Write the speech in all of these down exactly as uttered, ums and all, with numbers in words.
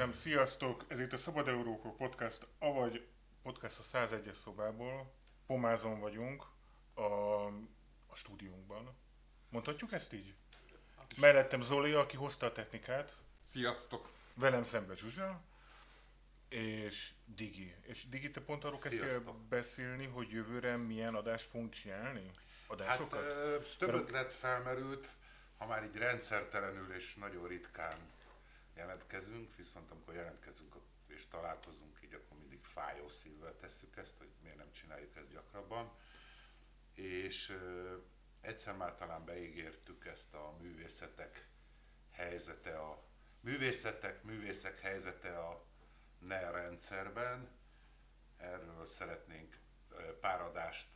Kezdem, sziasztok! Ez itt a Szabad Európa Podcast, avagy podcast a százegyes szobából. Pomázon vagyunk a, a stúdiónkban. Mondhatjuk ezt így? Mellettem Zoli, aki hozta a technikát. Sziasztok! Velem szembe Zsuzsa. És Digi. És Digi, te pont arról kezdtél beszélni, hogy jövőre milyen adást fogunk csinálni? Adásokat? Hát ö, több ötlet felmerült, ha már így rendszertelenül és nagyon ritkán jelentkezünk, viszont amikor jelentkezünk és találkozunk, így akkor mindig fájó szívvel tesszük ezt, hogy miért nem csináljuk ezt gyakrabban. És ö, egyszer már talán beígértük ezt a művészetek helyzete, a művészetek, művészek helyzete a en e er rendszerben. Erről szeretnénk pár adást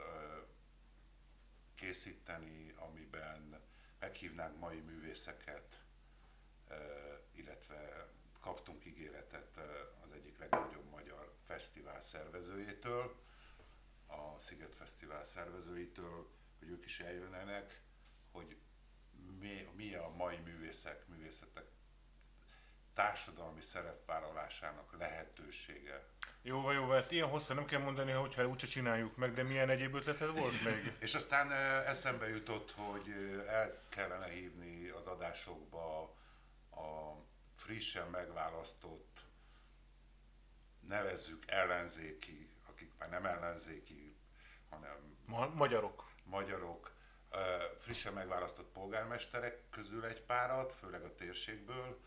készíteni, amiben meghívnánk mai művészeket, illetve kaptunk ígéretet az egyik legnagyobb magyar fesztivál szervezőjétől, a Sziget Fesztivál szervezőitől, hogy ők is eljönnenek, hogy mi, mi a mai művészek, művészetek társadalmi szerepvállalásának lehetősége. Jóval, jóval, ezt ilyen hosszan nem kell mondani, hogyha úgyse csináljuk meg, de milyen egyéb ötleted volt még? És aztán eszembe jutott, hogy el kellene hívni az adásokba a frissen megválasztott, nevezzük ellenzéki, akik már nem ellenzéki, hanem Ma- magyarok. magyarok, frissen megválasztott polgármesterek közül egy párat, főleg a térségből.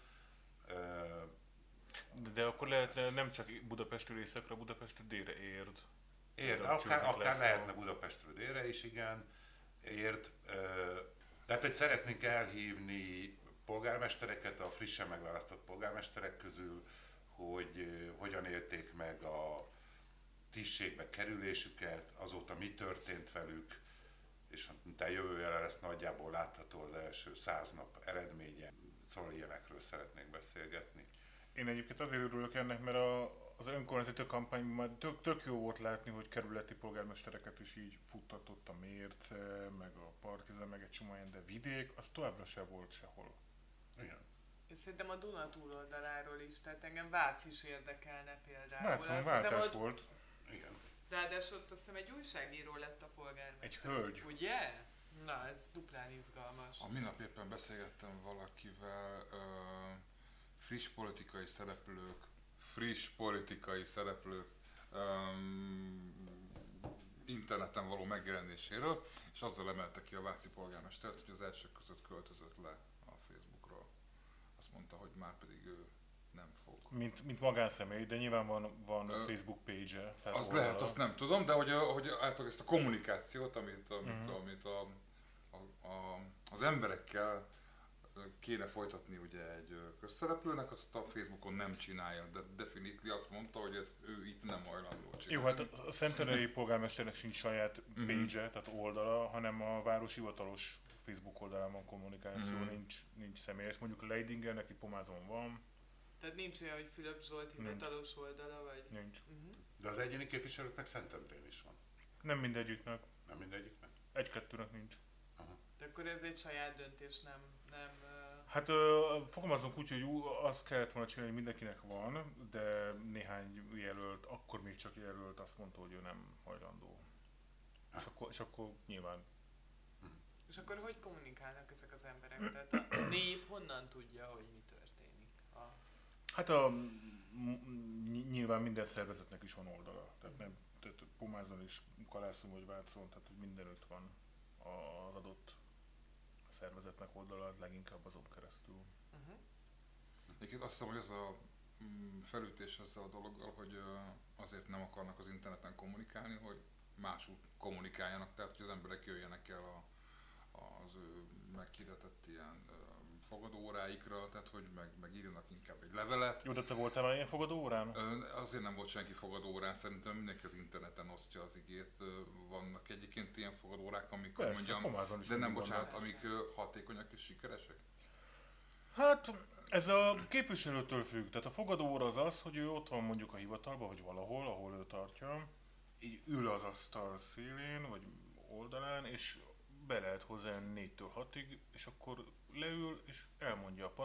De akkor lehetne nem csak Budapestről északra, Budapestről délre Érd. Érd, akár, akár lehetne Budapestről délre is, igen, Érd. Tehát, hogy szeretnénk elhívni polgármestereket, a frissen megválasztott polgármesterek közül, hogy hogyan élték meg a tisztségbe kerülésüket, azóta mi történt velük, és mint a jövőre lesz nagyjából látható az első száz nap eredménye. Szóval ilyenekről szeretnénk beszélgetni. Én egyébként azért örülök ennek, mert a, az önkormányzati kampányban már tök, tök jó volt látni, hogy kerületi polgármestereket is így futtatott a Mérce, meg a Partizán, meg egy csomó ilyen, de vidék, az továbbra se volt sehol. Igen. És szerintem a Duna túloldaláról is, tehát engem Vác is érdekelne például. Vácon váltás hiszem, volt. Igen. Ráadásul ott azt hiszem egy újságíró lett a polgármester. Egy hölgy. Ugye? Na, ez duplán izgalmas. A minap éppen beszélgettem valakivel, ö, friss politikai szereplők, friss politikai szereplők ö, interneten való megjelenéséről, és azzal emelte ki a váci polgármestert, hogy az elsők között költözött le a Facebookról. Azt mondta, hogy már pedig ő nem fog. Mint, mint magánszemély, de nyilván van, van Ö, Facebook page-e. Az oldala. Lehet, azt nem tudom, de hogy, hogy általában ezt a kommunikációt, amit, amit, uh-huh. amit a, a, a, az emberekkel kéne folytatni ugye egy közszereplőnek, azt a Facebookon nem csinálja, de definitely azt mondta, hogy ezt ő itt nem hajlandó csinálni. Jó, hát a Szentendrei polgármesternek sincs saját page-e, tehát oldala, hanem a város hivatalos Facebook oldalán van kommunikáció, uh-huh. nincs, nincs személyes. Mondjuk a Leidingernek itt Pomázon van. Tehát nincs olyan, hogy Fülöp Zsolt hivatalos oldala, vagy? Nincs. Uh-huh. De az egyéni képviselőknek Szentendrén is van. Nem mindegyiknek. Nem mindegyiknek? Egy-kettőnek nincs. Aha. De akkor ez egy saját döntés, nem... nem uh... Hát ö, fogalmazunk úgy, hogy ú, azt kellett volna csinálni, hogy mindenkinek van, de néhány jelölt, akkor még csak jelölt azt mondta, hogy ő nem hajlandó. És akkor, és akkor nyilván. És akkor hogy kommunikálnak ezek az emberek? Tehát a nép honnan tudja, hogy mi történik? A... Hát a, m- nyilván minden szervezetnek is van oldala. Tehát nem, tehát Pomázon is, Kalászon vagy Vácon, tehát mindenütt van az adott szervezetnek oldala, leginkább azon keresztül. Uh-huh. Egyébként azt hiszem, hogy ez a felütés ezzel a dologgal, hogy azért nem akarnak az interneten kommunikálni, hogy máshogy kommunikáljanak, tehát hogy az emberek jöjjenek el a, az ő meghirdetett ilyen fogadóóráikra, tehát hogy meg, meg írjanak inkább egy levelet. Jó, de te voltál már ilyen fogadóórán? Azért nem volt senki fogadóórán, szerintem mindenki az interneten osztja az igét. Vannak egyébként ilyen fogadórák, amik Persze, mondjam, de nem bocsánat, amik hatékonyak és sikeresek? Hát ez a képviselőtől függ, tehát a fogadóóra az az, hogy ő ott van mondjuk a hivatalban, vagy valahol, ahol ő tartja, így ül az asztal szélén, vagy oldalán, és be lehet hozzá négytől hatig, és akkor leül, és elmondja a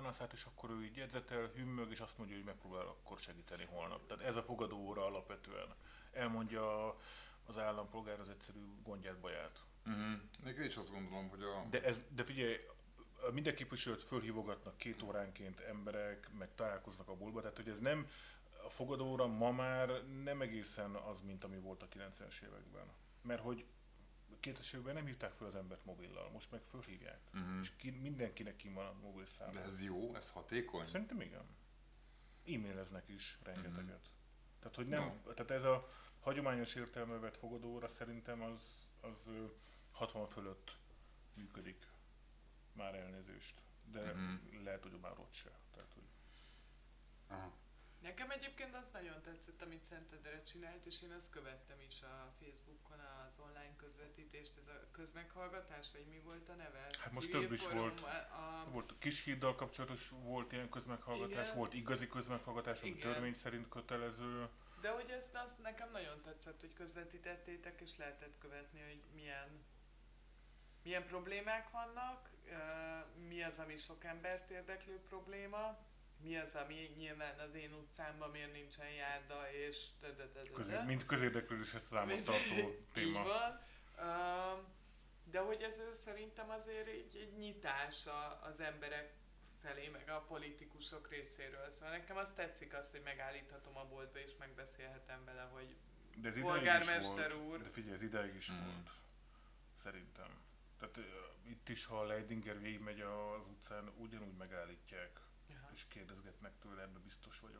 panaszát, és akkor ő így jegyzetel, hümmög, és azt mondja, hogy megpróbál akkor segíteni holnap. Tehát ez a fogadóóra alapvetően. Elmondja az állampolgár az egyszerű gondját, baját. Uh-huh. Én is azt gondolom, hogy a... De, ez, de figyelj, minden képviselőt fölhívogatnak két óránként emberek, meg találkoznak a boltba, tehát hogy ez nem, a fogadóra ma már nem egészen az, mint ami volt a kilencvenes években. Mert hogy kétezres években nem hívták fel az embert mobillal, most meg fölhívják. Uh-huh. És ki, mindenkinek ki van a mobil száma. De ez jó, ez hatékony? Szerintem igen. E-maileznek is rengeteget. Uh-huh. Tehát, hogy nem, no. tehát ez a hagyományos értelme vett fogadóra szerintem az, az hatvan fölött működik. Már elnézést. De uh-huh. lehet, hogy már ott se. Tehát, hogy... Aha. Nekem egyébként az nagyon tetszett, amit Szentendre csinált, és én azt követtem is a Facebookon, az online közvetítést, ez a közmeghallgatás, vagy mi volt a neve? Hát most több is Forum, volt. A... Volt Kishíddal kapcsolatos, volt ilyen közmeghallgatás, igen. Volt igazi közmeghallgatás, ami törvény szerint kötelező. De hogy ezt, azt nekem nagyon tetszett, hogy közvetítettétek, és lehetett követni, hogy milyen, milyen problémák vannak, mi az, ami sok embert érdeklő probléma, mi az, ami nyilván az én utcámban miért nincsen járda, és... Közé, mint közérdeklődéset számot tartó téma. Van. De hogy ez szerintem azért egy, egy nyitás az emberek felé, meg a politikusok részéről. Szóval nekem azt tetszik az, hogy megállíthatom a boltba, és megbeszélhetem vele, hogy de ez polgármester úr... De figyelj, ez ideig is hmm. volt. Szerintem. Tehát uh, itt is, ha a Leidinger végigmegy az utcán, ugyanúgy megállítják. Aha. És kérdezgetnek tőle, ebbe biztos vagyok.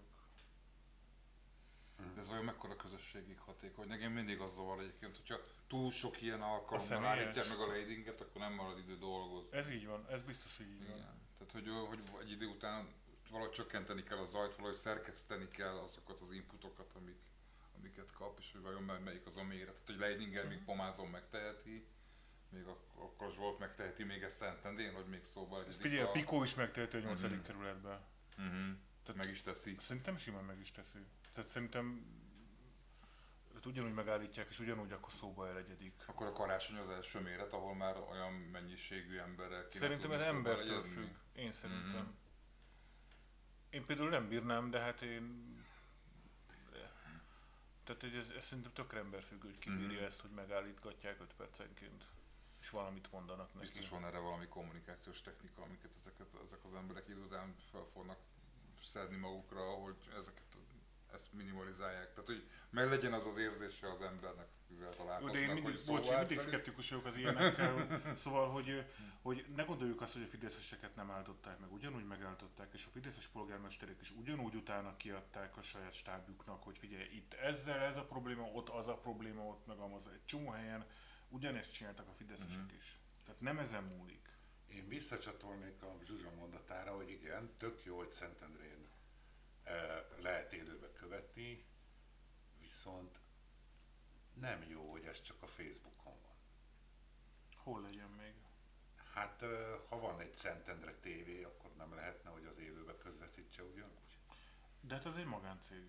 De ez vajon mekkora közösségig hatékony? Nekem mindig az zavar egyébként, hogyha túl sok ilyen alkalommal állítják meg a Leidinget, akkor nem marad idő dolgozni. Ez így van, ez biztos, hogy így igen. van. Tehát, hogy, hogy egy idő után valahogy csökkenteni kell a zajt, valahogy szerkeszteni kell azokat az inputokat, amik, amiket kap, és hogy vajon melyik az a méret. Tehát, hogy Leidinger uh-huh. még Pomázon megteheti, még akkor Zsolt megteheti még ezt Szentendén, hogy még szóval egy figyelj, a Pikó is megteheti a nyolcadik uh-huh. kerületben. Uh-huh. Tehát meg is teszi. Szerintem simán meg is teszi. Tehát szerintem ugyanúgy megállítják, és ugyanúgy akkor szóba elegyedik. Akkor a Karácsony az első méret, ahol már olyan mennyiségű emberrel kéne szerintem ez embertől függ. Én szerintem. Mm-hmm. Én például nem bírnám, de hát én... Tehát ez, ez szerintem tökre emberfüggő, hogy kibírja mm-hmm. ezt, hogy megállítgatják öt percenként. És valamit mondanak neki. Biztos van erre valami kommunikációs technika, amiket ezeket, ezek az emberek idő után fel fognak szedni magukra, hogy ezeket ezt minimalizálják. Tehát, hogy meg legyen az az érzése az embernek, mivel találkoznak, de én mindig, hogy bocs, én mindig szkeptikus vagyok az ilyenekkel. Szóval, hogy, hogy ne gondoljuk azt, hogy a fideszeseket nem álltották meg, ugyanúgy megálltották, és a fideszes polgármesterek is ugyanúgy utána kiadták a saját stábjuknak, hogy figyelj, itt ezzel ez a probléma, ott az a probléma, ott meg az egy csomó helyen. Ugyanezt csináltak a fideszesek uh-huh. is. Tehát nem ezen múlik. Én visszacsatolnék a Zsuzsa mondatára, hogy igen, tök jó, hogy Szentendrén lehet élőbe követni, viszont nem jó, hogy ez csak a Facebookon van. Hol legyen még? Hát ha van egy Szentendre té vé, akkor nem lehetne, hogy az élőbe közvetítse ugyanúgy? De hát az egy magáncég.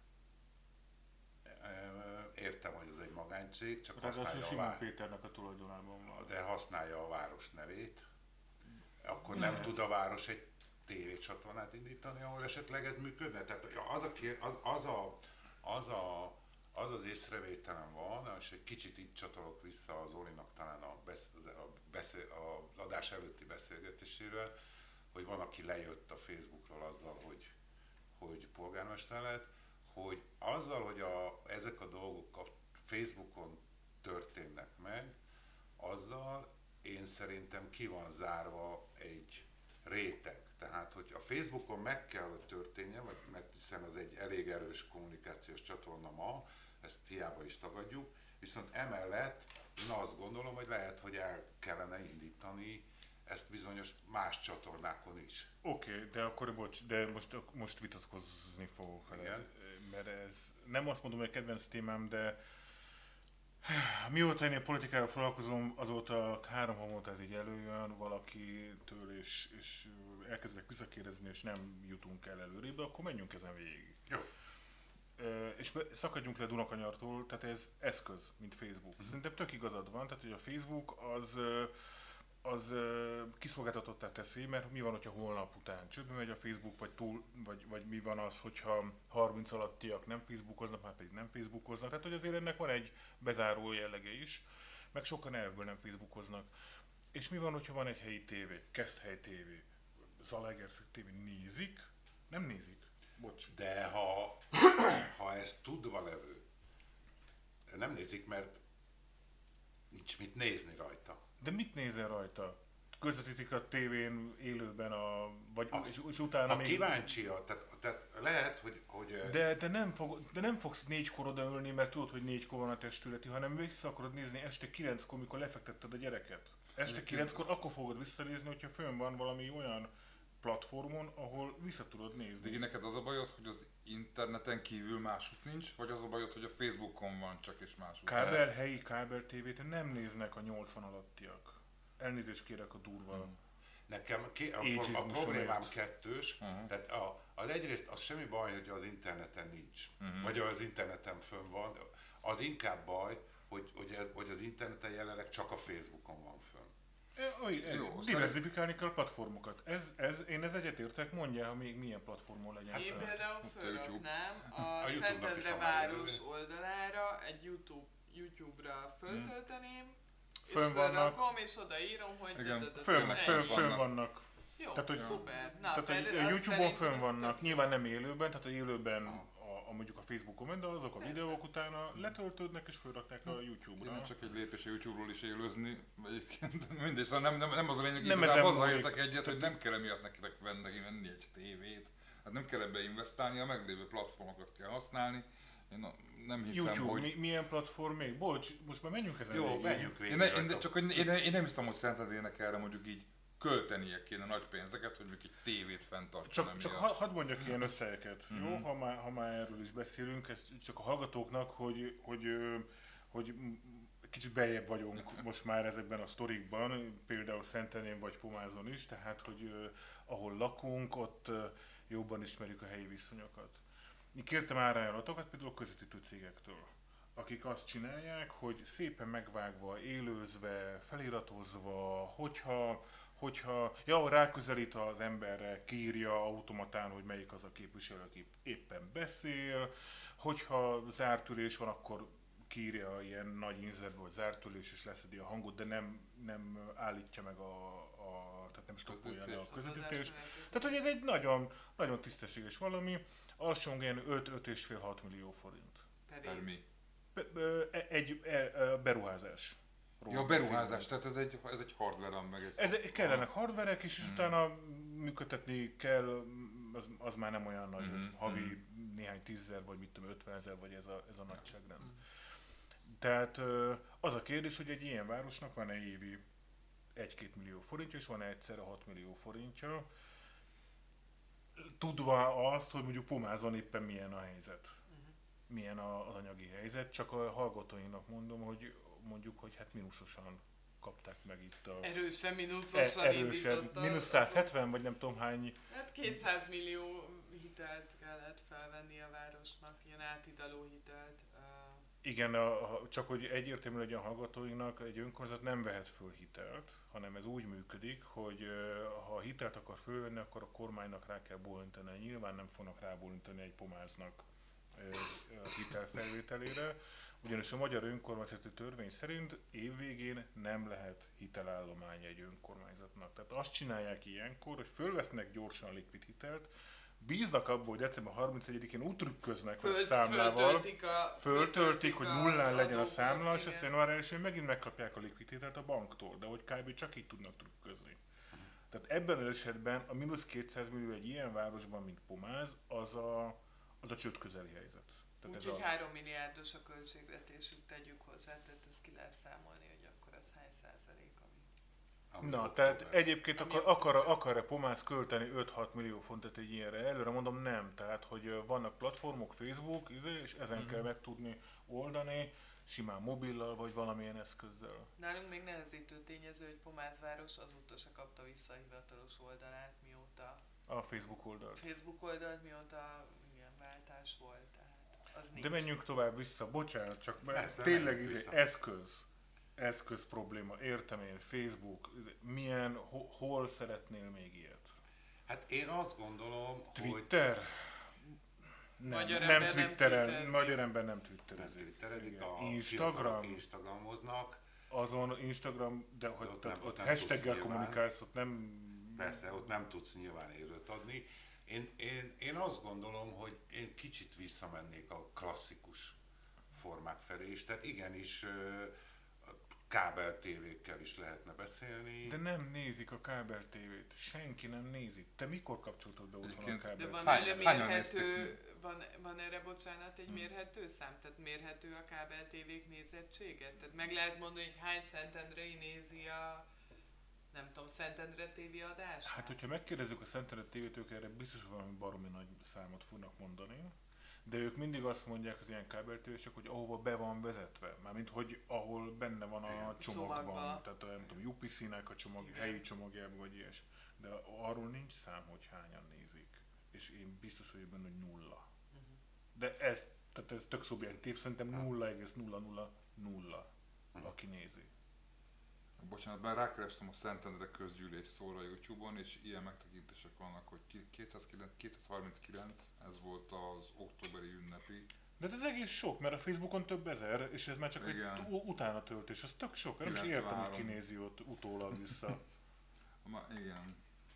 Értem, hogy az egy magáncég, csak ráadásul használja Simon a vár... Péternek a tulajdonában van. De használja a város nevét, akkor nem, nem tud a város egy tévécsatornát indítani, ahol esetleg ez működne. Tehát az, a, az, az, a, az, a, az az észrevételem van, és egy kicsit itt csatolok vissza az Olinak talán a, besz, a, beszél, az adás előtti beszélgetéséről, hogy van, aki lejött a Facebookról azzal, hogy, hogy polgármester lett, hogy azzal, hogy a, ezek a dolgok a Facebookon történnek meg, azzal én szerintem ki van zárva egy réteg. Tehát, hogy a Facebookon meg kell, hogy történjen, mert hiszen az egy elég erős kommunikációs csatorna ma, ezt hiába is tagadjuk, viszont emellett én azt gondolom, hogy lehet, hogy el kellene indítani ezt bizonyos más csatornákon is. Oké, okay, de akkor bocs, de most, most vitatkozni fogok. Igen. Mert ez nem azt mondom, hogy a kedvenc témám, de mióta én a politikával foglalkozom, azóta három havonta ez így előjön valakitől, és, és elkezdek visszakérdezni, és nem jutunk el előrébb, akkor menjünk ezen végig. Jó. És szakadjunk le Dunakanyartól, tehát ez eszköz, mint Facebook. Mm. Szerintem tök igazad van, tehát hogy a Facebook az az uh, kiszolgáltatottá teszi, mert mi van, hogyha holnap után csődbe megy a Facebook, vagy, túl, vagy, vagy mi van az, hogyha harminc alattiak nem Facebookoznak, már pedig nem Facebookoznak. Tehát, hogy azért ennek van egy bezáró jellege is, meg sokan elvből nem Facebookoznak. És mi van, hogyha van egy helyi tévé, Keszthely tévé, Zalaegerszeg tévé, nézik? Nem nézik. Bocs. De ha, ha ez tudva levő, nem nézik, mert nincs mit nézni rajta. De mit nézel rajta? Közvetítik a tévén élőben, a, vagy Azt, és, és utána ha még... kíváncsi, a, tehát, tehát lehet, hogy... hogy de, de, nem fog, de nem fogsz négykor odaülni, mert tudod, hogy négykor van a testületi, hanem vissza akarod nézni este kilenckor, mikor lefektetted a gyereket. Este kilenckor akkor fogod visszanézni, hogyha fönn van valami olyan platformon, ahol vissza tudod nézni. De neked az a bajod, hogy az interneten kívül másút nincs, vagy az a bajod, hogy a Facebookon van csak és másút? Kábel, helyi kábel tévét nem néznek a nyolcvan alattiak. Elnézést kérek a durva. Hmm. Nekem ké, a, a problémám kettős, uh-huh. tehát a, az egyrészt az semmi baj, hogy az interneten nincs, uh-huh. vagy az interneten fönn van, az inkább baj, hogy, hogy, hogy az interneten jelenleg csak a Facebookon van fönn. E, Jó, diversifikálni kell a platformokat. Ez, ez, én ez egyetértek, mondja, még milyen platformon legyen. Én például fölraknám a, a Szentendre város oldalára egy YouTube, YouTube-ra föltölteném, hmm. és fönn fölrakom, és odaírom, hogy... Igen, fönn, fönn, fönn vannak. Jó, tehát, hogy, szuper. Na, tehát, hogy a YouTube-on fönn vannak, nyilván nem élőben, tehát a élőben a, a mondjuk a Facebookon, de azok a Persze. videók utána letöltődnek és fölraknak a YouTube-ra. Én csak egy lépés a YouTube-ról is élőzni, egyébként mindegy, szóval nem, nem, nem az a lényeg, nem igazából azzal értek egyet, hogy nem kell emiatt nekitek venni, venni egy tévét, hát nem kell ebbe investálni, a meglévő platformokat kell használni. Én nem hiszem, YouTube, hogy... Mi, milyen platform még? Bocs, most már menjünk ezen. Jó, menjünk végig. Én, én, csak én, én, én nem hiszem, hogy Szentendrének erre mondjuk így költenie kéne nagy pénzeket, hogy mondjuk egy tévét fenntartson. Csak, csak a... hadd mondjak ilyen összegeket, mm-hmm. jó? Ha már, ha már erről is beszélünk, ez csak a hallgatóknak, hogy, hogy, hogy kicsit beljebb vagyunk most már ezekben a sztorikban, például Szentendrén vagy Pomázon is, tehát hogy ahol lakunk, ott jobban ismerjük a helyi viszonyokat. Én kértem árajánlatokat például közvetítő cégektől, akik azt csinálják, hogy szépen megvágva, élőzve, feliratozva, hogyha, hogyha ja, ráközelít az emberre, kiírja automatán, hogy melyik az a képviselő, aki éppen beszél, hogyha zárt ülés van, akkor kiírja ilyen nagy inzertbe, hogy zárt ülés, és leszedi a hangot, de nem, nem állítja meg a, a tehát nem stoppolja le a közvetítést. Tehát, hogy ez egy nagyon, nagyon tisztességes valami. Alsóan ilyen öt és fél hat millió forint. Per mi? Egy beruházás. Ja, beruházás, tehát ez egy, ez egy hardware, meg ez... ez kellenek hardverek, és hmm. utána működtetni kell, az, az már nem olyan nagy, hmm. az havi hmm. néhány tízzer, vagy mit tudom, ötvenezer, vagy ez a, ez a nagyságrend. Hmm. Tehát az a kérdés, hogy egy ilyen városnak van-e évi egy-két millió forintja, és van-e egyszerre hat millió forintja, tudva azt, hogy mondjuk Pomázon éppen milyen a helyzet, uh-huh. milyen az anyagi helyzet, csak a hallgatóinak mondom, hogy mondjuk, hogy hát mínuszosan kapták meg itt a... Erősen mínuszosan e- erősen, mínusz száz hetven, vagy nem tudom hány... Hát kétszáz millió hitelt kellett felvenni a városnak, ilyen áthidaló hitelt. Igen, a, a, csak hogy egyértelmű legyen a hallgatóinknak, egy önkormányzat nem vehet föl hitelt, hanem ez úgy működik, hogy ha hitelt akar fölvenni, akkor a kormánynak rá kell bólintani. Nyilván nem fognak rábólintani egy Pomáznak hitel felvételére, ugyanis a magyar önkormányzati törvény szerint évvégén nem lehet hitelállomány egy önkormányzatnak. Tehát azt csinálják ilyenkor, hogy fölvesznek gyorsan likvid hitelt, bíznak abból, hogy december harmincegyedikén úgy trükköznek, Föld, hogy számlával, föltöltik, a, föltöltik hogy nullán legyen a számla, és igen. azt január elsején megint megkapják a likviditást a banktól, de hogy kb. Csak így tudnak trükközni. Hmm. Tehát ebben az esetben a mínusz kétszáz millió egy ilyen városban, mint Pomáz, az a, az a csőd közeli helyzet. Úgyhogy három milliárdos a költségvetésük, tegyük hozzá, tehát ezt ki lehet számolni, hogy akkor az hány százalék, ami... Na, tehát egyébként akar, akar, akar-e Pomáz költeni öt-hat millió fontot egy ilyenre? Előre mondom nem, tehát hogy vannak platformok, Facebook, és ezen mm-hmm. kell meg tudni oldani, simán mobillal vagy valamilyen eszközzel. Nálunk még nehezítő tényező, hogy Pomázváros azóta se kapta vissza a hivatalos oldalát, mióta... A Facebook oldalt. Facebook oldalt, mióta ilyen váltás volt, tehát az nincs. De menjünk tovább vissza, bocsánat, csak tényleg ez eszköz. eszköz probléma, értem én, Facebook, milyen, ho, hol szeretnél még ilyet? Hát én azt gondolom, Twitter? hogy... Nem, Magyar nem ember nem Twitteren, twitterzik. magyar ember nem Nem twitterezik. twitteredik, Igen. a Instagram? fiatalok instagramoznak. Azon Instagram, de hogy ott ott, nem- ott, ott nem hashtaggel tudsz nyilván. kommunikálsz, ott nem... Persze, ott nem tudsz nyilván élőt adni. Én, én, én azt gondolom, hogy én kicsit visszamennék a klasszikus formák felé is. Tehát igenis ö, kábel tévékkel is lehetne beszélni. De nem nézik a kábel tévét. Senki nem nézi. Te mikor kapcsoltad be otthon a Egyébként- kábel? De van Hány- erre hányan mérhető, van, van erre, bocsánat, egy mérhető szám? Tehát mérhető a kábel tévék nézettséget? Tehát meg lehet mondani, hogy hány Szentendrei nézi a, nem tudom, Szentendre tévé adását? Hát, hogyha megkérdezzük a Szentendre tévétől, erre biztos valami baromi nagy számot fognak mondani. De ők mindig azt mondják az ilyen kábeltévések, hogy ahova be van vezetve. Mármint, hogy ahol benne van a Igen. csomagban. Csomagba. Tehát a, nem tudom, u pé cé-nek a csomag, Igen. helyi csomagjában, vagy ilyes. De arról nincs szám, hogy hányan nézik. És én biztos vagyok benne, hogy nulla. Mhm. De ez, tehát ez tök szubjektív, szerintem nulla egész nulla nulla nulla, aki nézi. Bocsánat, bár rákerestem a Szentendre közgyűlés szóra a YouTube-on, és ilyen megtekintések vannak, hogy ki- kétszázkilenc kétszázharminckilenc, ez volt az októberi ünnepi. De ez egész sok, mert a Facebookon több ezer, és ez már csak Igen. egy u- utána töltés, az tök sok. Nem is értem, hogy kilencvenhárom. ki nézi ott utólag vissza. Ma, igen.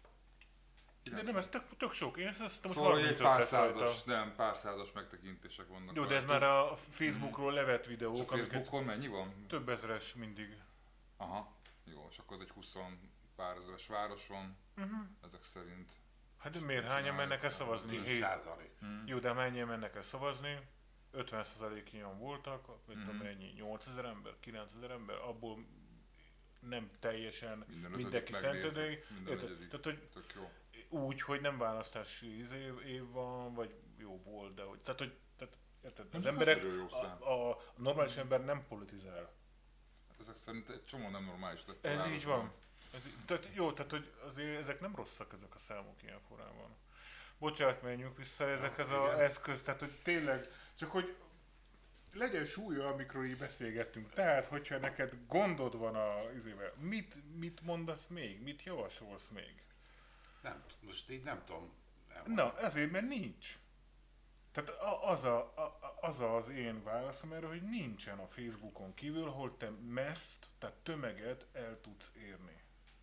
De nem, ez tök, tök sok. Én ezt azt hiszem, hogy Szóval hogy egy pár harmincöt lesz rajta. százas, nem, pár százas megtekintések vannak. Jó, de ez rajta. már a Facebookról levett És videók, a amiket Facebookon mennyi van? több ezeres mindig. Aha, jó, és akkor az egy húsz pár ezeres városon, Uh-huh. ezek szerint. Hát de miért hányan mennek el szavazni? tíz Hét. százalék. Hmm. Jó, de mennyien mennek el szavazni? ötven százalék ilyen voltak, vagy Mhm. tudom mennyi, nyolcezer ember, kilencezer ember, abból nem teljesen Minden mindenki ötödik megnézi, szentendrei. minden Érted? negyedik. Tehát, hogy Tök jó. úgy, hogy nem választási íz év, év van, vagy jó volt, de hogy, tehát, hogy tehát, érted, az Nem, emberek, az nagyon jó szám. a, a normális ember nem politizál. Hát ezek szerint egy csomó nem normális lett. a Ez városban. így van. Ez, í- tehát jó, tehát hogy azért ezek nem rosszak ezek a számok ilyen formában. Bocsánat, menjünk vissza ezekhez igen. az eszköz, tehát hogy tényleg, csak hogy legyen súlya, amikről így beszélgettünk. Tehát, hogyha neked gondod van a izével, mit, mit mondasz még? Mit javasolsz még? Nem, most így nem tudom. Nem Na, ezért, mert nincs. Tehát a- az, a, a, az az én válaszom erre, hogy nincsen a Facebookon kívül, ahol te meszt, tehát tömeget el tudsz érni.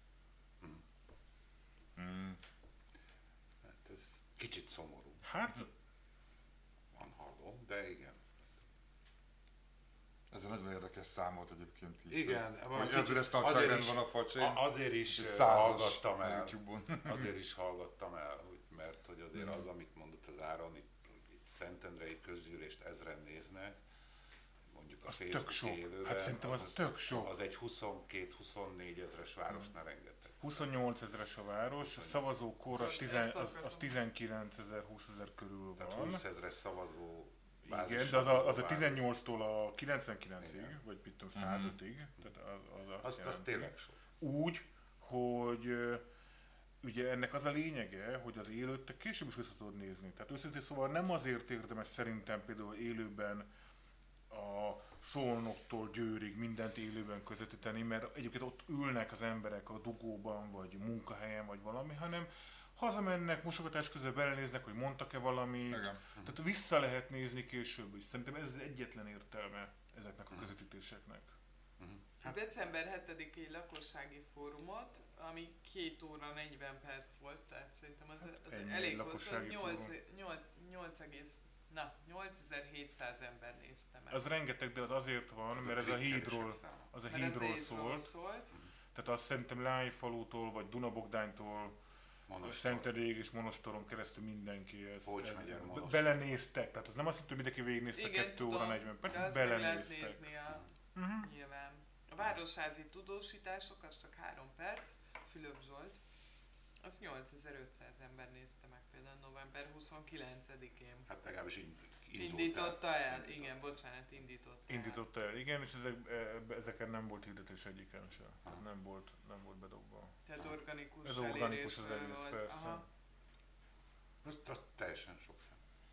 Mm. Hát ez kicsit szomorú. Hát, Van hallom, de igen. Ez egy nagyon érdekes szám volt egyébként így. Igen, hogy, van hogy kicsit- ezres azért nagyságrend is- van a facsén, A, azért is és ö, százas hallgattam a el. YouTube-on. Azért is hallgattam el, hogy, mert hogy azért Mhm. az, amit mondott az Áron, itt, itt Szentendrei közgyűlést ezren néznek, mondjuk a Az tök Facebook sok. élőben, Hát szerintem az tök sok. Az egy huszonkettő-huszonnégy ezres városnál rengeteg. huszonnyolc ezres a város, a szavazókor az, Most tizen, ezt az, az akartam. tizenkilenc ezer, húsz ezer körül Tehát van. húsz ezres szavazó Igen, de az a, az a város. tizennyolctól a kilencvenkilencig, Igen. vagy mit tudom, százötig, tehát az, az azt Az, az jelenti. tényleg sok. Úgy, hogy ö, ugye ennek az a lényege, hogy az élőt te később is vissza tudod nézni. Tehát őszintén szóval nem azért érdemes szerintem például élőben a Szolnoktól Győrig mindent élőben közvetíteni, mert egyébként ott ülnek az emberek a dugóban, vagy munkahelyen, vagy valami, hanem hazamennek, mosogatás közben belenéznek, hogy mondtak-e valamit. Igen. Tehát vissza lehet nézni később is. Szerintem ez az egyetlen értelme ezeknek a közvetítéseknek. Hát- December hetedikei lakossági fórumot, ami két óra negyven perc volt, tehát szerintem az, az ennyi elég hosszú, lakossági nyolc, fórum. nyolc, nyolc egész, na, nyolcezer-hétszáz ember nézte meg. Az rengeteg, de az azért van, Az mert ez a klikkelések hídról, száma. az a Mert ez hídról éjszról szólt. szólt. Tehát azt szerintem Lájfalútól, vagy Dunabogdánytól, Monostor. Szentedéig és Monostoron keresztül mindenki ezt, Pócs ezt megye, be- Monostor. belenéztek. Tehát az nem azt jelenti, hogy mindenki végignézte Igen, kettő óra tudom, negyven perc, de azt meg lehet belenéztek. nézni a, Uh-huh. nyilván. A városházi tudósítások, az csak három perc, Fülöp Zsolt, az nyolcezer-ötszáz ember nézte meg például november huszonkilencedikén. Hát legalábbis ind, Indította el, indította. igen, bocsánat, indította el. Indította el, igen, és ezek, e- ezeken nem volt hirdetés egyiken sem. Tehát Aha. nem volt, nem volt bedobva. Tehát organikus Ez organikus az elérésről egész, volt. persze. Aha. Az, az teljesen sok szem.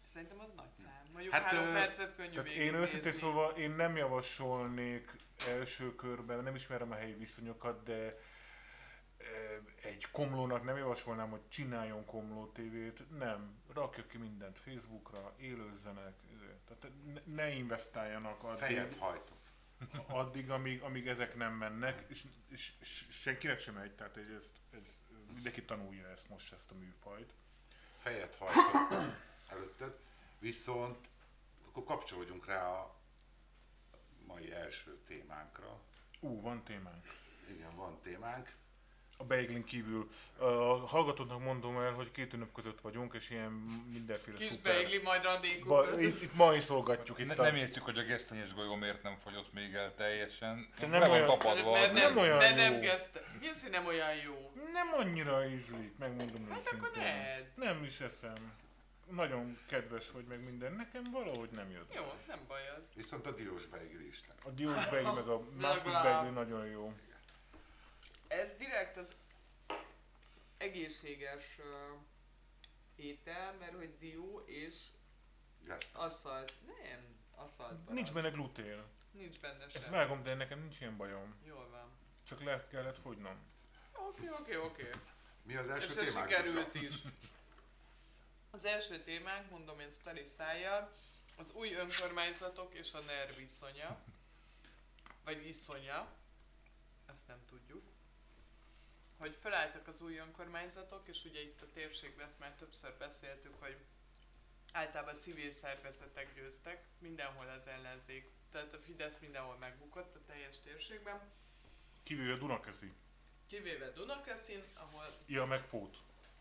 Szerintem az nagy szám. Mondjuk Hát, három ö, percet könnyű Tehát én végignézni. őszintén szóval én nem javasolnék első körben, nem ismerem a helyi viszonyokat, de egy komlónak nem javasolnám, hogy csináljon komló tévét, nem, rakja ki mindent Facebookra, élőzzenek, tehát ne, ne investáljanak addig, Fejet hajtok. addig amíg, amíg ezek nem mennek, és, és, és senkinek sem megy, tehát ez, ez, mindenki tanulja ezt most, ezt a műfajt. Fejet hajtok előtted, viszont akkor kapcsolódjunk rá a mai első témánkra. Ú, van témánk. Igen, van témánk. A beiglin kívül. A hallgatóknak mondom el, hogy két ünnep között vagyunk, és ilyen mindenféle Kis szuper... beigli, majd radékok. Ba, itt, itt ma is szolgatjuk. Ne, Itt nem a... értjük, hogy a gesztenyes golyó miért nem fogyott még el teljesen. De Le nem van olyan- tapadva mert az. nem olyan mert jó. nem kezdte. Mi az, hogy nem olyan jó? Nem annyira ízlik, megmondom Hát akkor őszintén. ne. Nem is eszem. Nagyon kedves vagy meg minden, nekem valahogy nem jött. Jó, nem baj az. Viszont a diós beigli is nem. A diós beigli meg a mápik Legalább. beigli nagyon jó. Ez direkt az egészséges uh, étel, mert hogy dió és Gázt. aszalt. Nem, aszalt. Nincs benne glutén. Nincs benne Ezt sem. vágom, de nekem nincs ilyen bajom. Jól van. Csak le kellett fogynom. Oké, oké, oké. Mi az És első ez témánk? sikerült is. Az első témánk, mondom én szteli szájjal, az új önkormányzatok és a NER viszonya. Vagy viszonya. Ezt nem tudjuk. Hogy felálltak az új önkormányzatok, és ugye itt a térségben ezt már többször beszéltük, hogy általában civil szervezetek győztek, mindenhol az ellenzék. Tehát a Fidesz mindenhol megbukott a teljes térségben. Kivéve Dunakeszi. Kivéve Dunakeszin, ahol Ja, meg Fót.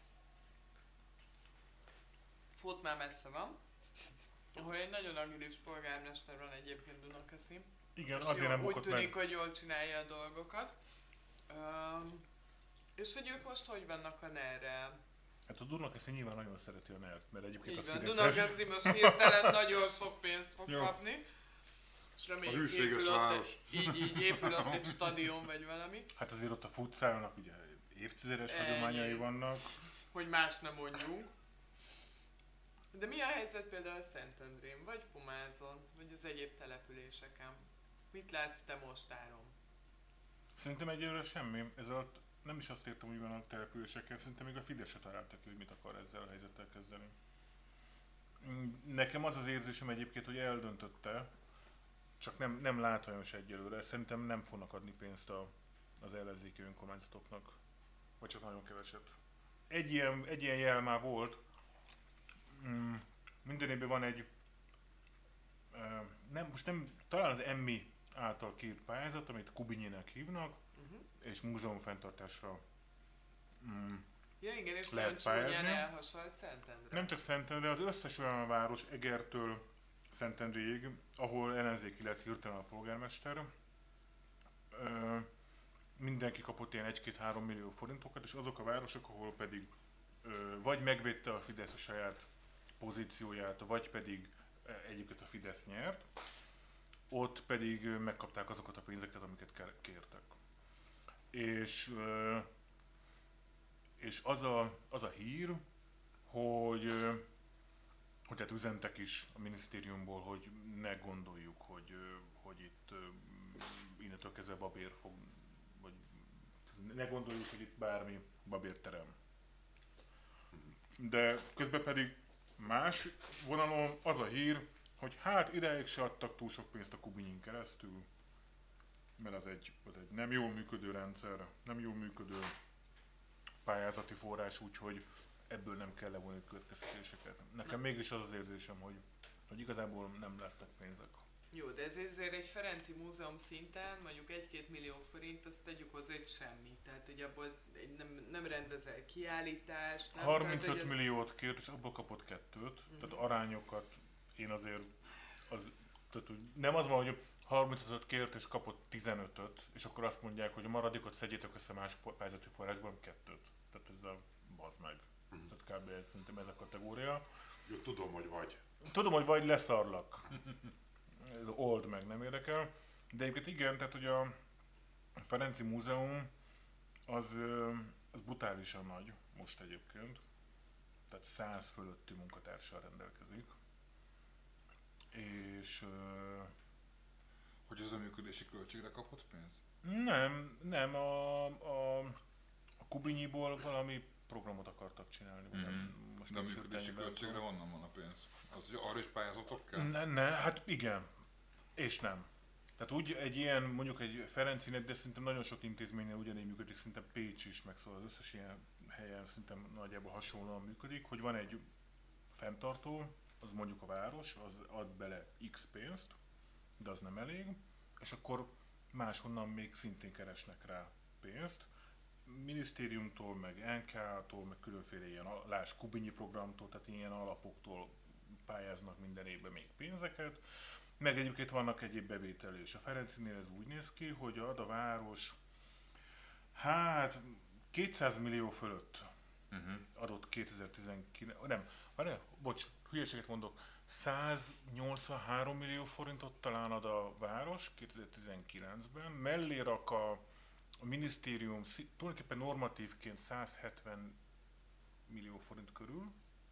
Fót már messze van, ahol egy nagyon agilis polgármester van egyébként Dunakeszin. Igen, És azért jól- nem úgy bukott tűnik, meg. hogy jól csinálja a dolgokat. Um, és hogy ők most hogy vannak a nerrel? Hát a Dunakeszi nyilván nagyon szereti a nert, mert egyébként Így az van, Fideszes. Dunakeszi most hirtelen nagyon sok pénzt fog Jó. kapni. És reméljük A hűséges épül ott város. egy, így, így épül ott egy stadion vagy valami, Hát azért ott a futszálnak ugye évtizedes Ennyi. hagyományai vannak. hogy más nem mondjunk. De mi a helyzet például Szentendrén, vagy Pomázon, vagy az egyéb településeken? Mit látsz te most, Áron? Szerintem egyelőre semmi. Ez alatt nem is azt értem, hogy van a településekkel, szerintem még a Fidesz se találta ki, hogy mit akar ezzel a helyzettel kezdeni. Mm, Nekem az az érzésem egyébként, hogy eldöntötte, csak nem, nem látványos egyelőre. Szerintem nem fognak adni pénzt a, az ellenzéki önkormányzatoknak, vagy csak nagyon keveset. Egy ilyen, egy ilyen jel már volt. Mm, Minden évben van egy, uh, nem, most nem, talán az Emmi által kírt pályázat, amit Kubinyinek hívnak, Uh-huh. és múzeum fenntartásra. Mm. Ja igen, és Lehet nagyon csúnyán pályázni. elhasalt Szentendre. Nem csak Szentendre, az összes olyan város Egertől Szentendréig, ahol ellenzéki lett hirtelen a polgármester, ö, mindenki kapott ilyen egy-két-három millió forintokat, és azok a városok, ahol pedig ö, vagy megvédte a Fidesz a saját pozícióját, vagy pedig ö, egyébként a Fidesz nyert, ott pedig ö, megkapták azokat a pénzeket, amiket ke- kértek. És, ö, és az, a, az a hír, hogy, ö, hogy hát üzentek is a minisztériumból, hogy ne gondoljuk, hogy, ö, hogy itt ö, innentől kezdve babér fog, vagy ne gondoljuk, hogy itt bármi babér terem. De közben pedig más vonalon az a hír, hogy hát ideig se adtak túl sok pénzt a Kubinyin keresztül, mert az egy, az egy nem jól működő rendszer, nem jól működő pályázati forrás, úgyhogy ebből nem kell levonni következtetéseket. Nekem mégis az az érzésem, hogy, hogy igazából nem lesznek pénzek. Jó, de ez ezért egy Ferenci Múzeum szinten mondjuk egy-két millió forint, azt tegyük hozzá, hogy semmi. Tehát, hogy abból egy nem, nem rendezel kiállítást. Nem? harmincöt Tehát, hogy ez- milliót kért, és abból kapott kettőt, Mhm. tehát arányokat én azért, az, tehát, hogy nem az van, hogy harmincötöt kért és kapott tizenötöt, és akkor azt mondják, hogy a maradékot szedjétek össze más pályázati forrásból, hanem kettőt. Tehát ez a bazd meg. Mhm. Tehát kb. Ez, szerintem ez a kategória. Jó, tudom, hogy vagy. Tudom, hogy vagy leszarlak. Ez old meg, nem érdekel. De egyébként igen, tehát hogy a Ferenci Múzeum az, ö, az brutálisan nagy most egyébként. tehát száz fölötti munkatársal rendelkezik. És... Uh, hogy az a működési költségre kapott pénzt? Nem, nem, a, a, a Kubinyiból valami programot akartak csinálni. Mm-hmm. Nem, most de a működési költségre honnan van a pénz? Az, arra is pályázatok kell? Ne, ne, hát igen, és nem. Tehát úgy egy ilyen, mondjuk egy Ferencinek, de szerintem nagyon sok intézménynél ugyanígy működik, szinte Pécs is, meg szóval az összes ilyen helyen szinte nagyjából hasonlóan működik, hogy van egy fenntartó, az mondjuk a város, az ad bele X pénzt, de az nem elég, és akkor máshonnan még szintén keresnek rá pénzt. Minisztériumtól, meg en ká-tól, meg különféle ilyen, lásd Kubinyi programtól, tehát ilyen alapoktól pályáznak minden évben még pénzeket. Meg egyébként vannak egyéb bevételé, és a Ferencinél ez úgy néz ki, hogy ad a város, hát kétszáz millió fölött uh-huh. adott kétezer-tizenkilenc, nem, nem, bocs, hülyeséget mondok, száznyolcvanhárom millió forintot talán ad a város kétezer-tizenkilencben, mellé rak a, a minisztérium tulajdonképpen normatívként száz hetven millió forint körül,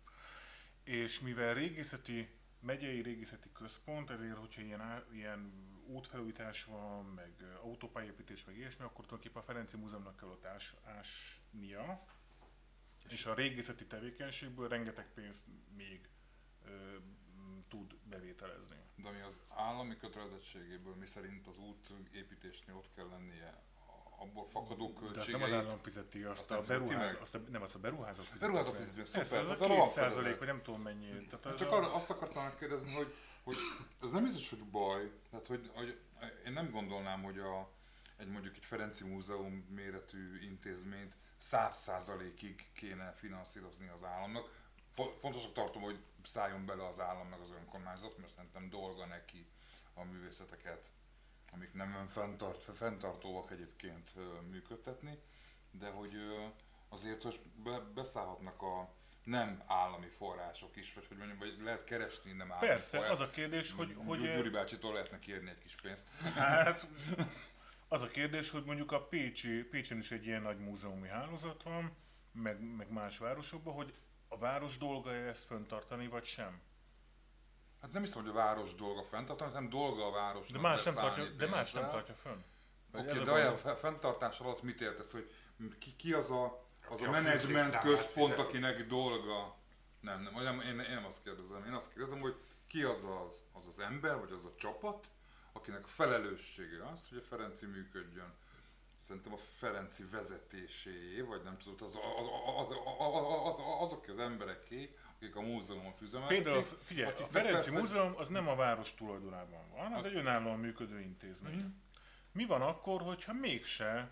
és mivel régészeti, megyei régészeti központ, ezért, hogyha ilyen, ilyen útfelújítás van, meg autópályépítés, meg ilyesmi, akkor tulajdonképpen a Ferenci Múzeumnak kell ott ás, ásnia, és, és a régészeti tevékenységből rengeteg pénzt még ö, tud bevételezni. De ami az állami kötelezettségéből, miszerint az útépítésnél ott kell lennie, abból fakadó költségeit... De azt nem az állam fizeti, azt, azt a beruházó, azt a, nem, azt a beruházók fizeti. Beruházók fizeti, szuper. Ez a két százalék, vagy nem tudom mennyi. Tehát csak arra, azt akartam megkérdezni, hogy, hogy ez nem biztos, hogy baj. Tehát, hogy, hogy én nem gondolnám, hogy a, egy mondjuk egy Ferenci Múzeum méretű intézményt száz százalékig kéne finanszírozni az államnak. Fontosnak tartom, hogy szálljon bele az állam meg az önkormányzat, mert szerintem dolga neki a művészeteket, amik nem fenntart, fenntartóak egyébként működtetni, de hogy azért hogy be, beszállhatnak a nem állami források is, vagy hogy mondjam, vagy lehet keresni nem állami Persze, forrás. az a kérdés, hogy... hogy Gyuri bácsitól lehetne kérni egy kis pénzt. Hát, az a kérdés, hogy mondjuk a Pécsi, Pécsen is egy ilyen nagy múzeumi hálózat van, meg, meg más városokban, hogy a város dolga ezt fenntartani, vagy sem? Hát nem hiszem, hogy a város dolga fenntartani, hanem dolga a városnak. De más nem tartja, de más nem tartja fönn. Oké, okay, de olyan fenntartás alatt mit értesz, hogy ki, ki az a, az a menedzsment központ, akinek dolga? Nem, nem, nem én, én nem azt kérdezem. Én azt kérdezem, hogy ki az az, az az ember, vagy az a csapat, akinek a felelőssége az, hogy a Ferenci működjön. Szerintem a Ferenci vezetéséé, vagy nem tudod, az, az, az, az, az, azok az embereké, akik a múzeumot üzemeltetik. Például, figyelj, a Ferenci persze... Múzeum az nem a város tulajdonában van, az a... egy önállóan működő intézmény. Mm-hmm. Mi van akkor, hogyha mégse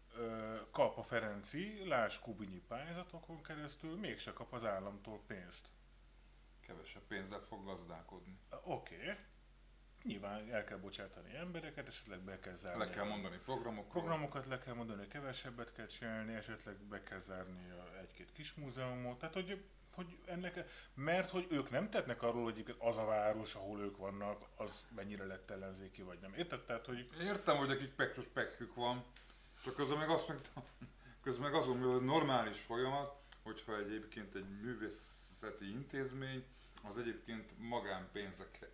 ö, kap a Ferenci, lásd Kubinyi pályázatokon keresztül, mégse kap az államtól pénzt? Kevesebb pénzzel fog gazdálkodni. Oké. Okay. Nyilván el kell bocsátani embereket, esetleg be kell zárni. Le kell mondani programokat. Programokat le kell mondani, kevesebbet kell csinálni, esetleg be kell zárni egy-két kis múzeumot. Tehát, hogy, hogy ennek, mert hogy ők nem tettnek arról, hogy az a város, ahol ők vannak, az mennyire lett ellenzéki, vagy nem. Érted? Tehát, hogy... Értem, hogy akik pekros pekkük van, csak közben meg azt meg, közben meg azon, hogy normális folyamat, hogyha egyébként egy művészeti intézmény, az egyébként magánpénzekre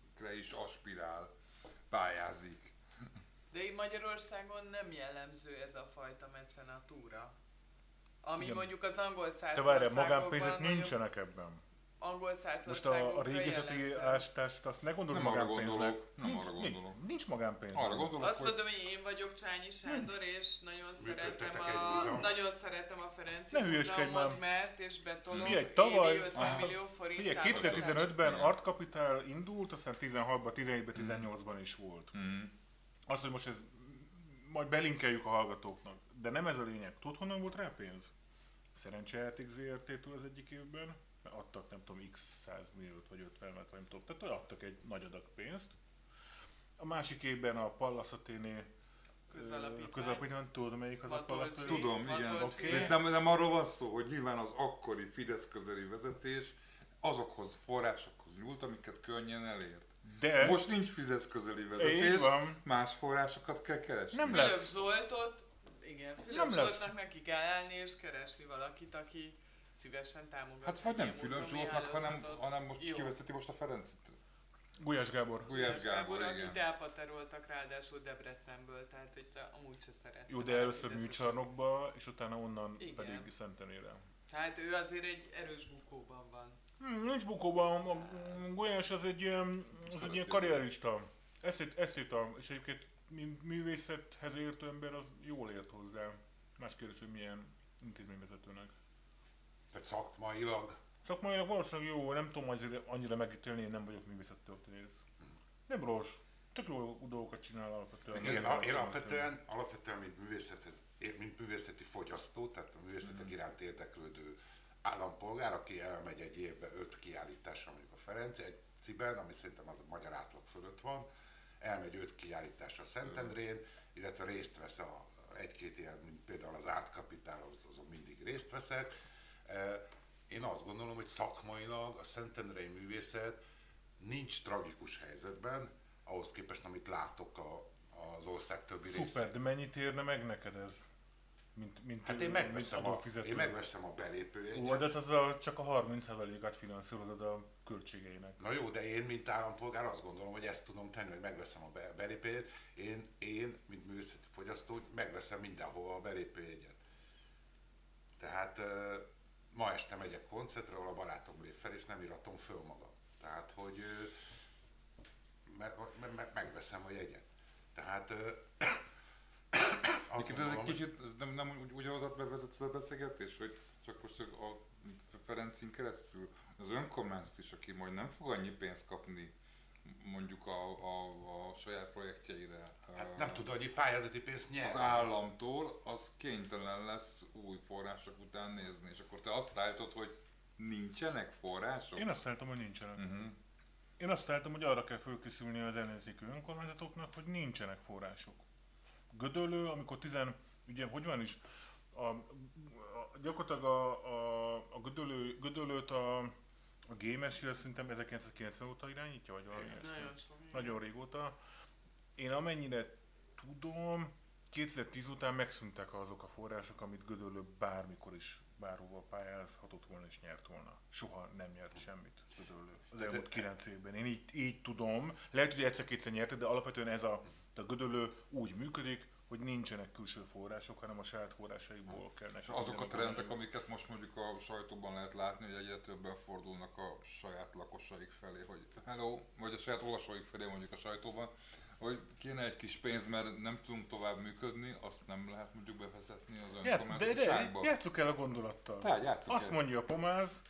is aspirál, pályázik. De így Magyarországon nem jellemző ez a fajta mecenatúra. Ami igen. Mondjuk az angol száz országokban... Te várjál, magánpénzek nincsenek ebben. Angol száz most a, a régészeti ástást, azt ne gondolod magánpénznek. Nem nincs, arra gondolok. Nincs, nincs magánpénz. Arra gondolok, azt mondom, hogy én vagyok Csányi Sándor, és nagyon szeretem a, nagyon szeretem a Ferenci Múzeumot, mert és betolom évi ötven millió forint. Figyelj, kétezer-tizenötben Art Capital indult, aztán tizenhatban, tizenhétben, tizennyolcban is volt. Mm. Azt, hogy most ez majd belinkeljük a hallgatóknak, de nem ez a lényeg. Tudod, honnan volt rá pénz? Szerencsejáték zé er té-től az egyik évben, mert adtak nem tudom x száz milliót vagy ötvenet, vagy nem tudom, tehát adtak egy nagy adag pénzt. A másik évben a Pallas Athéné közalapítvány, tudod melyik az a Pallas Athéné? Tudom, igen. Okay. De nem, nem arról van szó, hogy nyilván az akkori Fidesz közeli vezetés azokhoz forrásokhoz nyúlt, amiket könnyen elért. De most nincs Fidesz közeli vezetés, más forrásokat kell keresni. Nem Fülöp Zoltot, igen, Fülöp Zoltnak neki kell állni és keresni valakit, aki szívesen támogat. Hát vagy nem ilyen Fülöp múzeumi Zsoltnak, hanem, hálózatot. hanem most Jó. kivezeti most a Ferencit. Gulyás Gábor. Gulyás Gábor, akit igen. elpateroltak ráadásul Debrecenből, tehát hogy te amúgy se szerettem. Jó, de volna, először hogy ez műcsarnokba, és utána onnan Igen. pedig Szentendrére. Tehát ő azért egy erős bukóban van. Hmm, nincs bukóban, a a Gulyás az egy ilyen, az egy ilyen karrierista, eszét, eszéta, és egyébként mint művészethez értő ember az jól ért hozzá. Más kérdés, hogy milyen intézményvezetőnek. Tehát szakmailag. Szakmailag valószínűleg jó, nem tudom azért annyira megítélni, én nem vagyok művészettörténész. Nem rossz, tök jó dolgokat csinál alapvetően. Igen, én, én alapvetően, alapvetően mint, művészethez, mint művészeti fogyasztó, tehát a művészetek Mm. iránt érdeklődő állampolgár, aki elmegy egy évbe öt kiállításra, mondjuk a Ferenciben, ami szerintem az a magyar átlag fölött van, elmegy öt kiállításra Szentendrén, illetve részt vesz a egy-két ilyen, mint például az Art Capital, azon mindig részt veszek. Én azt gondolom, hogy szakmailag a szentendrei művészet nincs tragikus helyzetben, ahhoz képest, amit látok a, az ország többi részén. Szuper, de mennyit érne meg neked ez? Mint, mint, Hát én megveszem, mint a, adófizető? én megveszem a belépőjegyet. Ó, de az a, csak a harminc százalékát finanszírozod a költségeinek. Na jó, de én, mint állampolgár azt gondolom, hogy ezt tudom tenni, hogy megveszem a be- belépőjegyet. Én, én, mint művészeti fogyasztó, megveszem mindenhova a belépőjegyet. Tehát uh, ma este megyek koncertre, ahol a barátom lép fel, és nem iratom föl magam. Tehát, hogy uh, me- me- me- megveszem a jegyet. Tehát uh, azt Egyébként ez egy gondolom, kicsit nem, nem úgy, úgy oda bevezet ez a beszélgetés, hogy csak most a Ferencin keresztül az önkormányzat is, aki majd nem fog annyi pénzt kapni mondjuk a, a, a saját projektjeire hát nem tud annyi pályázati pénzt az nyerni. államtól, az kénytelen lesz új források után nézni. És akkor te azt állítod, hogy nincsenek források? Én azt állítom, hogy nincsenek. Uh-huh. Én azt állítom, hogy arra kell fölkészülni az ellenzékű önkormányzatoknak, hogy nincsenek források. Gödöllő, amikor tizen, ugye hogy van is, a, a, gyakorlatilag a, a, a Gödöllő, Gödöllőt a, a Gémesi, azt szerintem ezerkilencszázkilencven óta irányítja, vagy valami ilyesmi. Nagyon sok. Nagyon régóta. Én amennyire tudom, kétezer-tíz után megszűntek azok a források, amit Gödöllő bármikor is bárhova pályázhatott volna és nyert volna. Soha nem nyert semmit Gödöllő az elmúlt kilenc évben. Én így, így tudom. Lehet, hogy egyszer-kétszer nyerte, de alapvetően ez a, a Gödöllő úgy működik, hogy nincsenek külső források, hanem a saját forrásaiból kell És azok a trendek, amiket most mondjuk a sajtóban lehet látni, hogy egyre többen fordulnak a saját lakosaik felé, hogy hello, vagy a saját olvasóik felé mondjuk a sajtóban, hogy kéne egy kis pénz, mert nem tudunk tovább működni, azt nem lehet mondjuk bevezetni az Ja, de, önkormányzatiságba. de játsszuk el a gondolattal. Tehát játsszuk Azt el. mondja a Pomáz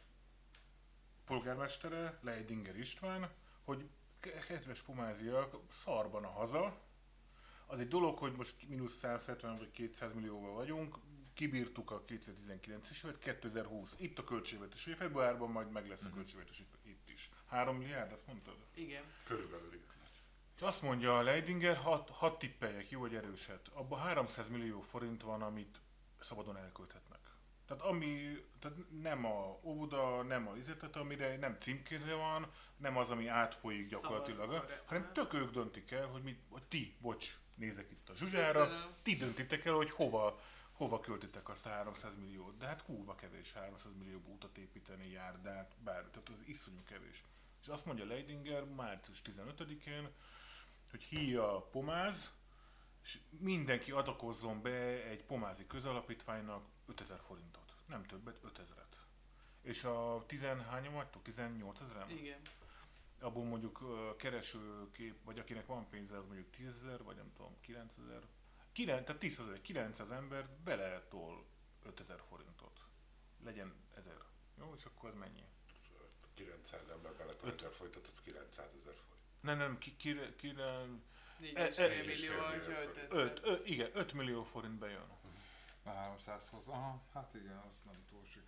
polgármestere, Leidinger István, hogy kedves pomáziak, szarban a haza. Az egy dolog, hogy most mínusz száz hetven vagy kétszáz millióval vagyunk, kibírtuk a kétezer-tizenkilences évet, kétezer-húsz. Itt a költségvetés év, februárban majd meg lesz a költségvetés év, itt is. három milliárd, azt mondtad? Igen. Körülbelül. És azt mondja a Leidinger, hat, hat tippeljek, jó vagy erőset. Abban háromszáz millió forint van, amit szabadon elkölthetnek. Tehát ami, tehát nem a óvoda, nem a izet, tehát amire nem címkézve van, nem az, ami átfolyik gyakorlatilag, Szabad, hanem aha. tök ők döntik el, hogy, mit, hogy ti, bocs, nézek itt a Zsuzsára, Köszönöm. ti döntitek el, hogy hova, hova költitek azt a háromszáz milliót. De hát kurva kevés háromszáz millió utat építeni, járdát, bár, tehát az iszonyú kevés. És azt mondja Leidinger március tizenötödikén, hogy hívja a Pomáz, és mindenki adakozzon be egy pomázi közalapítványnak ötezer forintot. Nem többet, ötezret. És a tizenhányan vagytok? tizennyolc ezeren? Igen. Abból mondjuk uh, keresőkép, vagy akinek van pénze, az mondjuk tízezer, vagy nem tudom, kilencezer. Kilen, tehát tízezer, kilencszáz ember beletol ötezer forintot. Legyen ezer. Jó, és akkor az mennyi? kilencszáz ember beletol ezer forintot, az kilencszázezer forint. Nem, nem, ki, ki, ki, négy E- és e- fél négy és millió, fél hogyha millió ötezer. öt, öt, igen, öt millió forint bejön. A háromszázhoz, aha, hát igen, az nem túl sok.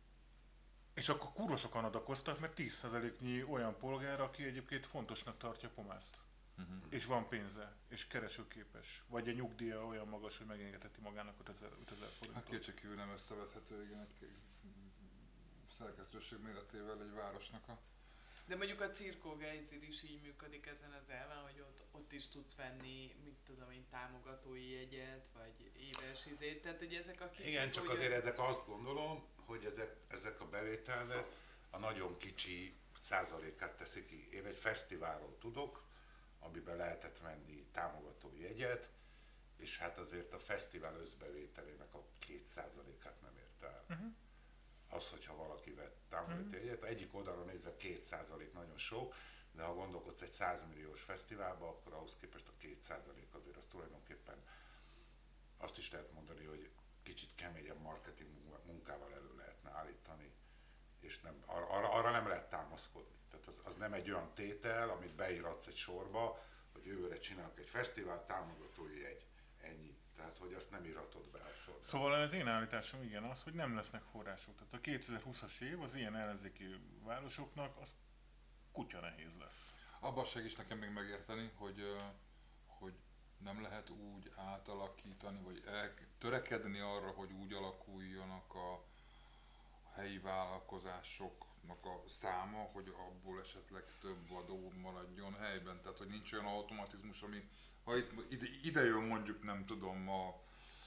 És akkor kurva sokan adakoztak, mert tíz százaléknyi olyan polgár, aki egyébként fontosnak tartja Pomászt. Uh-huh. És van pénze, és keresőképes. Vagy a nyugdíja olyan magas, hogy megengedheti magának ötezer forintot. Hát kétségkívül nem összevethető, igen, egy szerkesztőség méretével egy városnak a... De mondjuk a Cirkó Geizir is így működik ezen az elven, hogy ott, ott is tudsz venni, mit tudom én, támogatói jegyet, vagy éves izét, tehát hogy ezek a kicsik, Igen, csak hogy azért ezek azt gondolom, hogy ezek, ezek a bevételnek a nagyon kicsi százalékát teszi ki. Én egy fesztiválról tudok, amiben lehetett venni támogató jegyet, és hát azért a fesztivál összbevételének a két százalékát nem érte el. Uh-huh. Az, hogyha valaki vett támogató uh-huh. jegyet, egyik oldalon nézve két százalék nagyon sok, de ha gondolkodsz egy száz milliós fesztiválba, akkor ahhoz képest a két százalék azért az tulajdonképpen azt is lehet mondani, hogy kicsit keményebb marketing munkával elő lehetne állítani, és nem, arra, arra nem lehet támaszkodni. Tehát az, az nem egy olyan tétel, amit beíratsz egy sorba, hogy jövőre csinálok egy fesztivál, támogatói jegy. Ennyi. Tehát, hogy azt nem íratod be a sorba. Szóval az én állításom igen az, hogy nem lesznek források. Tehát a kétezer-húszas év az ilyen ellenzéki városoknak az kutya nehéz lesz. Abban segíts nekem még megérteni, hogy, hogy nem lehet úgy átalakítani, vagy el, törekedni arra, hogy úgy alakuljanak a helyi vállalkozásoknak a száma, hogy abból esetleg több adó maradjon helyben. Tehát, hogy nincs olyan automatizmus, ami, ha itt, ide, ide jön mondjuk, nem tudom, a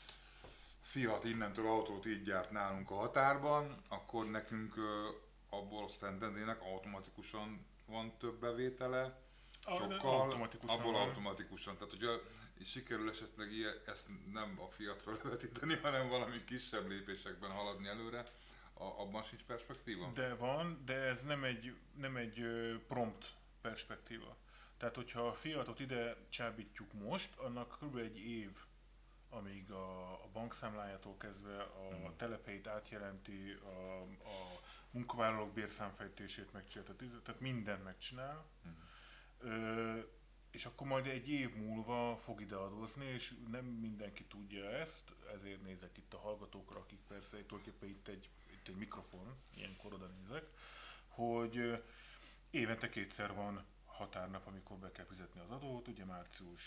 Fiat innentől autót így gyárt nálunk a határban, akkor nekünk abból Szentendrének automatikusan van több bevétele, sokkal, automatikusan abból van. automatikusan. Tehát, hogyha sikerül esetleg ilyen, ezt nem a Fiatra levetíteni, hanem valami kisebb lépésekben haladni előre, a, abban sincs perspektíva? De van, de ez nem egy, nem egy prompt perspektíva. Tehát, hogyha a Fiatot ide csábítjuk most, annak kb. Egy év, amíg a, a bankszámlájától kezdve a mm. telephelyét átjelenti, a, a munkavállalók bérszámfejtését megcsinálja, tehát mindent megcsinál. Mm. Ö, és akkor majd egy év múlva fog ide adózni, és nem mindenki tudja ezt, ezért nézek itt a hallgatókra, akik persze tulajdonképpen itt egy, itt egy mikrofon, ilyenkor oda nézek, hogy évente kétszer van határnap, amikor be kell fizetni az adót, ugye március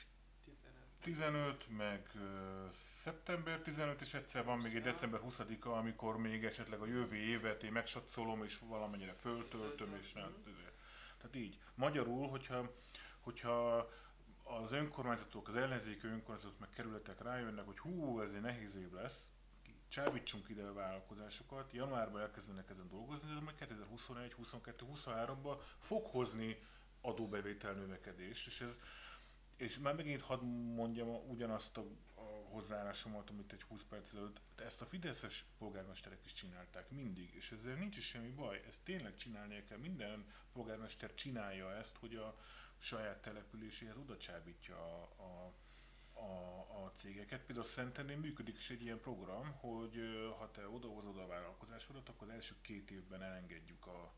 tizenöt, meg uh, szeptember tizenöt, és egyszer van még egy december huszadika, amikor még esetleg a jövő évet én megsatszolom, és valamennyire föltöltöm, és nem. Tehát így. Magyarul, hogyha, hogyha az önkormányzatok, az ellenzéki önkormányzatok meg kerületek rájönnek, hogy hú, ez egy nehéz év lesz, csábítsunk ide a vállalkozásokat, januárban elkezdenek ezen dolgozni, de majd kétezer-huszonegy, huszonkettő, huszonháromban fog hozni adóbevétel növekedést, és ez és már megint hadd mondjam ugyanazt a, a hozzáállásomat, amit egy húsz perc előtt, ezt a fideszes polgármesterek is csinálták mindig, és ezzel nincs is semmi baj, ezt tényleg csinálnia kell, minden polgármester csinálja ezt, hogy a saját településéhez oda csábítja a, a, a, a cégeket. Például Szentendrén működik is egy ilyen program, hogy ha te odahozod a vállalkozásodat, akkor az első két évben elengedjük a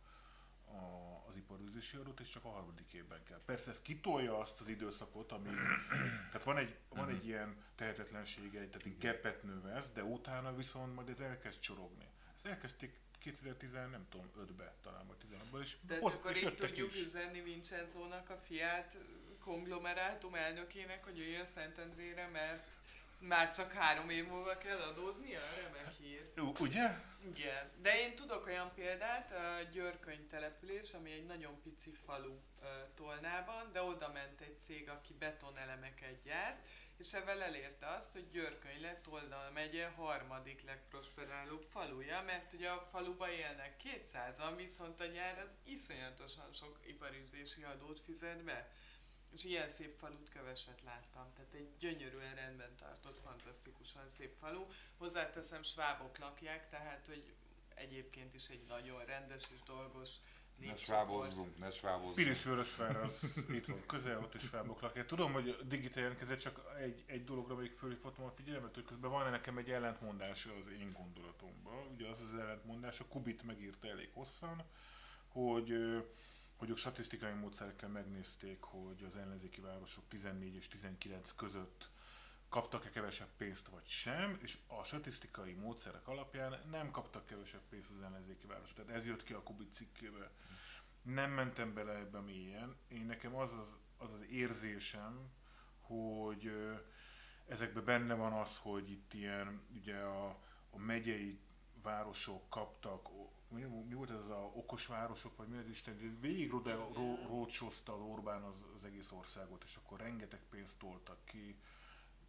A, az iparűzési adót, és csak a harmadik évben kell. Persze ez kitolja azt az időszakot, ami, tehát van egy, van egy ilyen tehetetlensége, tehát egy gepet növesz, de utána viszont majd ez elkezd csorogni. Ezt elkezdték kétezer-tíz, nem tudom, ötbe talán, vagy tizenhatban, és de hoz, akkor és itt tudjuk is. üzenni Vincenzónak, a Fiat konglomerátum elnökének, hogy jöjjön Szentendrére, mert már csak három év múlva kell adóznia? Remek hír. Ugye? Igen. De én tudok olyan példát, a Györköny település, ami egy nagyon pici falu Tolnában, de oda ment egy cég, aki betonelemeket gyárt, és ezzel elérte azt, hogy Györköny lett Tolna megye harmadik legprosperálóbb faluja, mert ugye a faluban élnek kétszázan, viszont a gyár az iszonyatosan sok iparűzési adót fizet be. És ilyen szép falut keveset láttam, tehát egy gyönyörűen rendben tartott, fantasztikusan szép falu. Hozzáteszem, svábok lakják, tehát hogy egyébként is egy nagyon rendes és dolgos Ne svábozzunk, ne svábozzunk. Pilisvörösvár az itt van közel, ott is svábok lakják. Tudom, hogy digitál jelentkezett, csak egy, egy dologra még fölhívottam a figyelmet, hogy közben van nekem egy ellentmondása az én gondolatomban. Ugye az az ellentmondás, a Kubit megírta elég hosszan, hogy hogy ők statisztikai módszerekkel megnézték, hogy az ellenzéki városok tizennégy és tizenkilenc között kaptak-e kevesebb pénzt vagy sem, és a statisztikai módszerek alapján nem kaptak kevesebb pénzt az ellenzéki városok. Tehát ez jött ki a Kubit cikkébe. Nem mentem bele ebbe mélyen. Én nekem az az, az, az érzésem, hogy ezekben benne van az, hogy itt ilyen ugye a, a megyei városok kaptak, mi, mi volt ez az a okos városok, vagy mi az Isten, végig rócsozta az Orbán az, az egész országot, és akkor rengeteg pénzt toltak ki,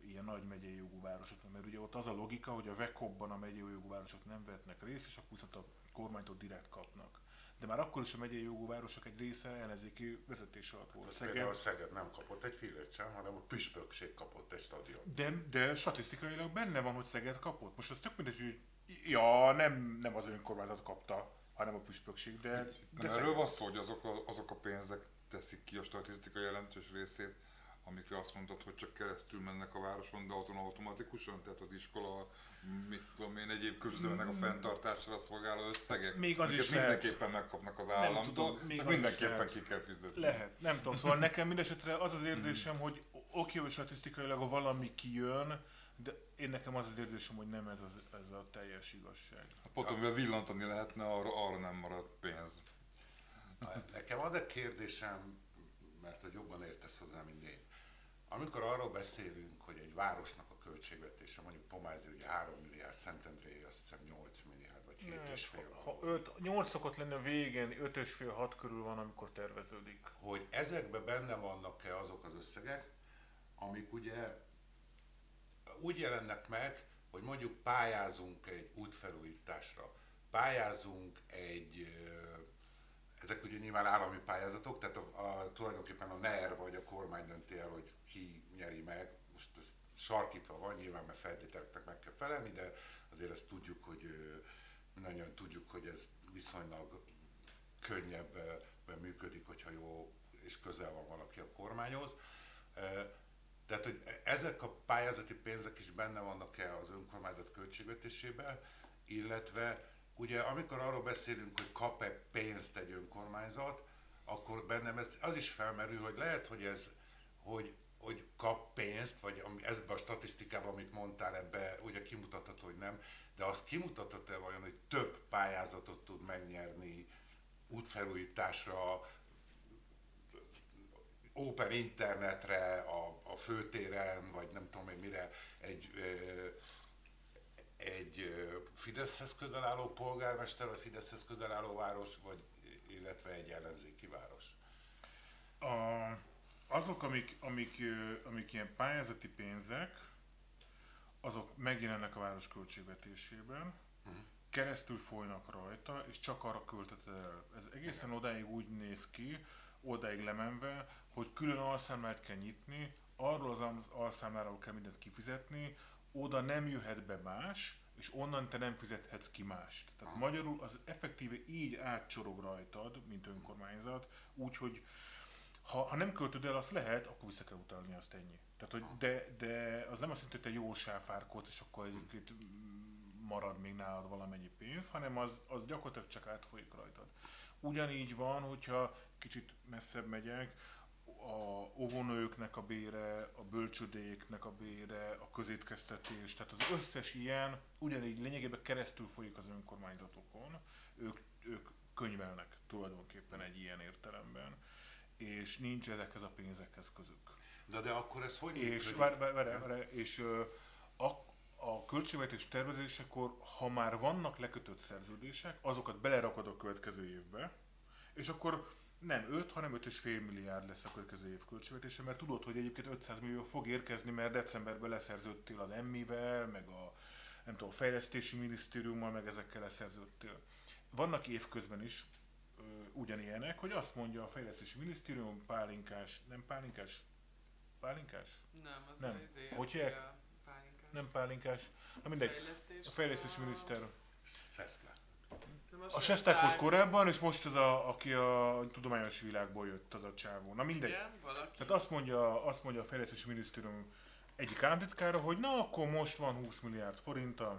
ilyen nagy megyei jogú városoknak, mert ugye ott az a logika, hogy a vekobban a megyei jogú városok nem vehetnek részt, és akkor viszont a kormánytól direkt kapnak. De már akkor is a megyei jogú városok egy része ellenzéki vezetés alatt volt. Hát például a Szeged nem kapott egy fillért sem, hanem a püspökség kapott egy stadion. De, de statisztikailag benne van, hogy Szeged kapott. Most az tök mindegy, hogy ja, nem, nem az önkormányzat kapta, hanem a püspökség, de... de nem erről van szó, hogy azok a, azok a pénzek teszik ki a statisztikai jelentős részét, amikre azt mondtad, hogy csak keresztül mennek a városon, de azon automatikusan, tehát az iskola, mit tudom én, egyéb közüzemek a fenntartásra szolgáló összegek, még az is mindenképpen lehet. Megkapnak az államtól, csak mindenképpen ki kell fizetni. Lehet, nem tudom, szóval nekem mindesetre az az érzésem, hogy oké, hogy statisztikailag valami kijön, de én nekem az az érzésem, hogy nem ez, az, ez a teljes igazság. Hát pont, amivel villantani lehetne, arra, arra nem marad pénz. Nekem az a kérdésem, mert hogy jobban értesz hozzá, mint én. Amikor arról beszélünk, hogy egy városnak a költségvetése, mondjuk Pomázi ugye három milliárd, Szentendrei azt hiszem nyolc milliárd, vagy hét és fél. Ha öt, nyolc szokott lenni a végén, öt és fél, hat körül van, amikor terveződik. Hogy ezekben benne vannak-e azok az összegek, amik ugye úgy jelennek meg, hogy mondjuk pályázunk egy útfelújításra, pályázunk egy, ezek ugye nyilván állami pályázatok, tehát a, a, tulajdonképpen a NER vagy a kormány dönti el, hogy ki nyeri meg, most ez sarkítva van, nyilván mert feltételeknek meg kell felelni, de azért ezt tudjuk, hogy mindannyian tudjuk, hogy ez viszonylag könnyebben működik, hogyha jó és közel van valaki a kormányhoz. Tehát, hogy ezek a pályázati pénzek is benne vannak-e az önkormányzat költségvetésében, illetve ugye amikor arról beszélünk, hogy kap-e pénzt egy önkormányzat, akkor bennem ez, az is felmerül, hogy lehet, hogy ez, hogy, hogy kap pénzt, vagy ebben a statisztikában, amit mondtál, ebbe ugye kimutatható, hogy nem, de azt kimutatható-e vajon, hogy több pályázatot tud megnyerni útfelújításra, open internetre, a, a főtéren, vagy nem tudom én mire, egy, egy Fideszhez közel álló polgármester, vagy Fideszhez közel álló város, vagy illetve egy ellenzéki város? A, azok, amik, amik, amik ilyen pályázati pénzek, azok megjelennek a város költségvetésében, uh-huh. keresztül folynak rajta, és csak arra költeted el. Ez egészen Igen. odáig úgy néz ki, odáig lemenve, hogy külön alszámlát kell nyitni, arról az alszámláról kell mindent kifizetni, oda nem jöhet be más, és onnan te nem fizethetsz ki mást. Tehát Aha. magyarul az effektíve így átcsorog rajtad, mint önkormányzat, úgyhogy ha, ha nem költöd el, azt lehet, akkor vissza kell utalni, azt ennyi. Tehát, hogy de, de az nem azt jelenti, hogy te jól sáfárkodsz, és akkor egyébként marad még nálad valamennyi pénz, hanem az, az gyakorlatilag csak átfolyik rajtad. Ugyanígy van, hogyha kicsit messzebb megyek, a óvónőknek a bére, a bölcsődéknek a bére, a közétkeztetés, tehát az összes ilyen ugyanígy lényegében keresztül folyik az önkormányzatokon, ők, ők könyvelnek tulajdonképpen egy ilyen értelemben, és nincs ezekhez a pénzekhez közük. De, de akkor ez hogy és működik? Várj, várj, várj, várj, és a, a költségvetés tervezésekor, ha már vannak lekötött szerződések, azokat belerakod a következő évbe, és akkor nem öt, hanem öt és fél milliárd lesz a következő év költségvetése, mert tudod, hogy egyébként ötszáz millió fog érkezni, mert decemberben leszerződtél az emmivel, meg a nem tudom, a fejlesztési minisztériummal, meg ezekkel leszerződtél. Vannak évközben is ö, ugyanilyenek, hogy azt mondja a fejlesztési minisztérium, pálinkás, nem pálinkás? Pálinkás? Nem, az nem. Az hogy hívják? pálinkás. Nem pálinkás. Na mindegy. Fejlesztés a fejlesztési a... miniszter. Szeszle. A Sesták volt korábban, és most az, a, aki a tudományos világból jött, az a csávó. Na mindegy. Igen, valaki. Tehát azt mondja, azt mondja a fejlesztési minisztérium egyik államtitkára, hogy na akkor most van húsz milliárd forint a,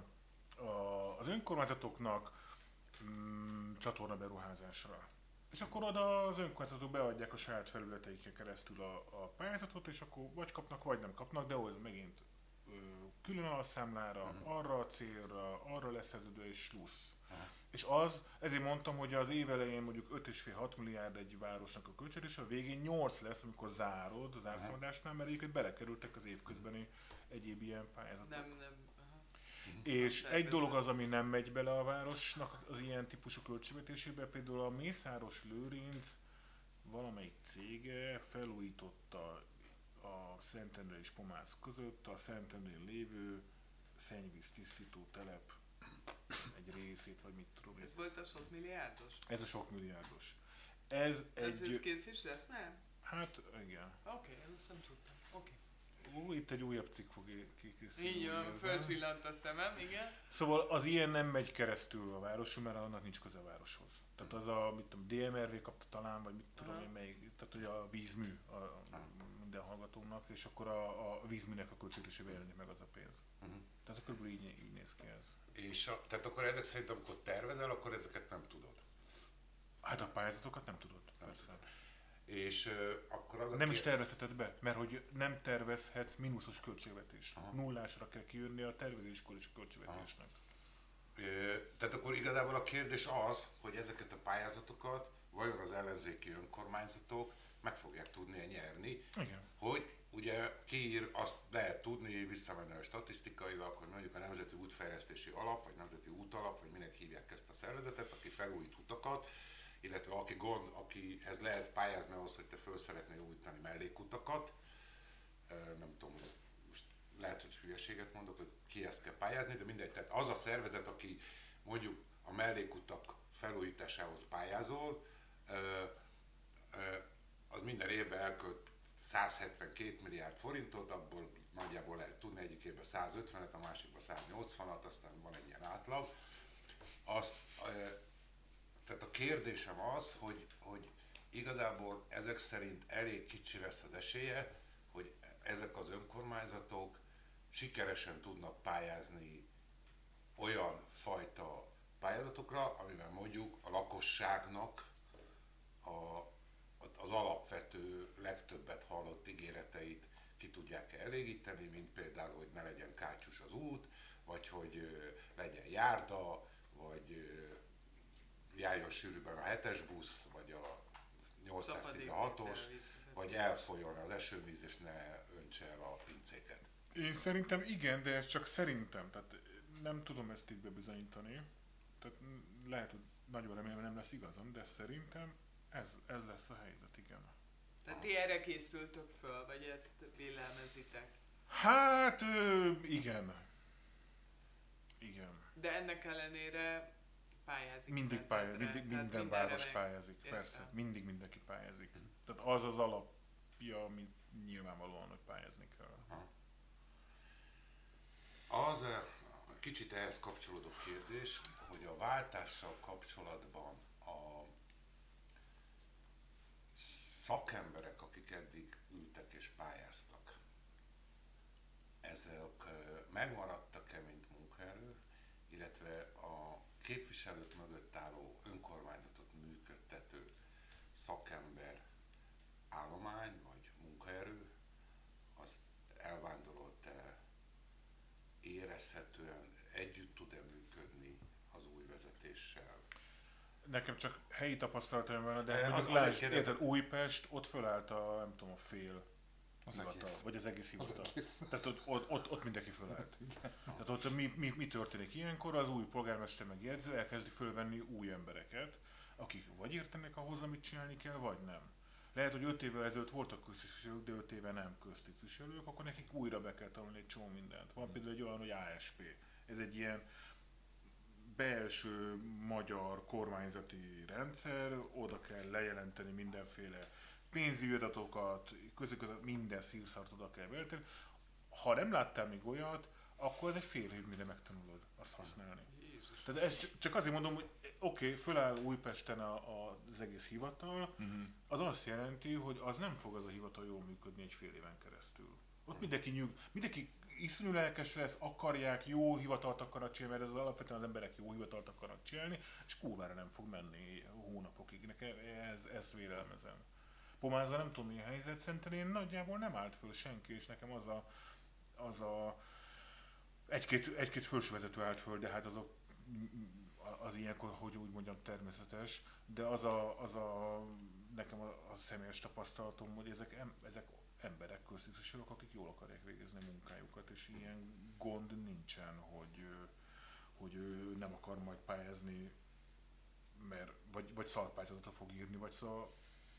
a, az önkormányzatoknak mm, csatorna beruházásra. És akkor oda az önkormányzatok beadják a saját felületeikkel keresztül a, a pályázatot, és akkor vagy kapnak, vagy nem kapnak, de az megint ö, külön alszámlára, uh-huh. arra a célra, arra leszerződő és plusz. Uh-huh. És az, ezért mondtam, hogy az év elején mondjuk öt és fél hat milliárd egy városnak a költségvetése, a végén nyolc lesz, amikor zárod az árszámadásnál, mert egyébként belekerültek az évközbeni egyéb ilyen pályázatok. Nem, nem. Aha. És nem, egy dolog az, ami nem megy bele a városnak az ilyen típusú költségvetésébe, például a Mészáros Lőrinc valamelyik cége felújította a a Szentendre és Pomász között a Szentendrén lévő szennyvíz tisztító telep egy részét, vagy mit tudom én. Ez volt a sok milliárdos? Ez a sok milliárdos. Ez Ez, egy... ez kész is lett? Nem? Hát igen. Oké, okay, ezt nem tudtam. Oké. Ó, itt egy újabb cikk fog kikészülni. Így van, fölcsillant a szemem, igen. Szóval az ilyen nem megy keresztül a városon, mert annak nincs köze a városhoz. Tehát az a, mit tudom, dé em er vé kapta talán, vagy mit tudom Aha. én melyik, tehát hogy a vízmű a, a minden hallgatónak, és akkor a, a vízműnek a költségvetésében jelenik meg az a pénz. Uh-huh. Tehát körülbelül így, így néz ki ez. És a, tehát akkor ezek szerint, amikor tervezel, akkor ezeket nem tudod. Hát a pályázatokat nem tudod, Nem persze. tudod. És uh, akkor az a Nem is kér- tervezheted be, mert hogy nem tervezhetsz mínuszos költségvetést. Aha. Nullásra kell kijönni a tervezéskor költségvetésnek. Ö, Tehát akkor igazából a kérdés az, hogy ezeket a pályázatokat vajon az ellenzéki önkormányzatok meg fogják tudni nyerni, Igen. hogy ugye kiír, azt lehet tudni visszamenően statisztikailag, hogy mondjuk a Nemzeti Útfejlesztési Alap, vagy Nemzeti Útalap, vagy minek hívják ezt a szervezetet, aki felújít utakat, illetve aki gond, akihez lehet pályázni ahhoz, hogy te föl szeretnél újítani mellékutakat. Ö, Nem tudom, hogy most lehet, hogy hülyeséget mondok, hogy kihez kell pályázni, de mindegy, tehát az a szervezet, aki mondjuk a mellékutak felújításához pályázol, ö, ö, az minden évben elkölt száz hetvenkét milliárd forintot, abból nagyjából lehet tudni egyik évben száz ötvenet, a másikban száz nyolcvanat, aztán van egy ilyen átlag. Azt, ö, tehát a kérdésem az, hogy, hogy igazából ezek szerint elég kicsi lesz az esélye, hogy ezek az önkormányzatok sikeresen tudnak pályázni olyan fajta pályázatokra, amivel mondjuk a lakosságnak a, az alapvető, legtöbbet hallott ígéreteit ki tudják elégíteni, mint például, hogy ne legyen kátyus az út, vagy hogy ö, legyen járda, vagy ö, járjon sűrűben a hetes busz, vagy a nyolcszáztizenhatos, vagy elfolyjon az esővíz, és ne öntse el a pincéket. Én szerintem igen, de ez csak szerintem, tehát nem tudom ezt így bebizonyítani. Tehát lehet, hogy nagyon remélem nem lesz igazam, de szerintem ez, ez lesz a helyzet, igen. Tehát ti erre készültök föl, vagy ezt vélelmezitek? Hát ö, igen. Igen. De ennek ellenére pályázik. Mindig pályázik, Szentendre, mindig, tehát minden mindenre város meg- pályázik, Értem. persze. Mindig mindenki pályázik. Tehát az az alapja, amit nyilvánvalóan, hogy pályázni kell. Az a kicsit ehhez kapcsolódó kérdés, hogy a váltással kapcsolatban a szakemberek, akik eddig ültek és pályáztak, ezek ö, megmaradtak-e, mint munkaerő, illetve a képviselők mögött álló önkormányzatot működtető szakember állomány vagy munkaerő, az elvándorolt-e, érezhetően együtt tud-e működni az új vezetéssel? Nekem csak helyi tapasztalatom van, de Eh, mondjuk az- lásd, azért kérdezem. érted, Újpest, ott fölállt a, nem tudom, a fél Az hivatal, egész. vagy az egész hivatal. egész. Tehát ott, ott, ott, ott mindenki fölállt. Tehát ott mi, mi, mi történik ilyenkor? Az új polgármester meg jegyző elkezdi fölvenni új embereket, akik vagy értenek ahhoz, amit csinálni kell, vagy nem. Lehet, hogy öt évvel ezelőtt voltak köztisztviselők, de öt éve nem köztisztviselők, akkor nekik újra be kell tanulni egy csomó mindent. Van például egy olyan, hogy á es pé. Ez egy ilyen belső magyar kormányzati rendszer, oda kell lejelenteni mindenféle pénzügyi adatokat, közöközött minden szírszart oda kell bejelenteni. Ha nem láttál még olyat, akkor ez egy fél év, mire megtanulod azt használni. Jézus. Tehát ezt csak azért mondom, hogy oké, okay, föláll Újpesten a, a, az egész hivatal, Uh-huh. az azt jelenti, hogy az nem fog az a hivatal jól működni egy fél éven keresztül. Ott mindenki nyug, mindenki iszonyú lelkes lesz, akarják, jó hivatalt akarnak csinálni, mert ez alapvetően az emberek jó hivatalt akarnak csinálni, és kurvára nem fog menni hónapokig. Nekem ez, ezt vélelmezem. Pomázza nem tudom mi a helyzet, szerintem én nagyjából nem állt föl senki, és nekem az a, az a egy-két, egy-két felsővezető állt föl, de hát azok az ilyenkor, hogy úgy mondjam, természetes, de az a, az a nekem a, a személyes tapasztalatom, hogy ezek, em, ezek emberek, köztisztviselők, akik jól akarják végezni a munkájukat, és ilyen gond nincsen, hogy, ő- hogy ő nem akar majd pályázni, mert vagy, vagy szarpályázatot fog írni, vagy szóval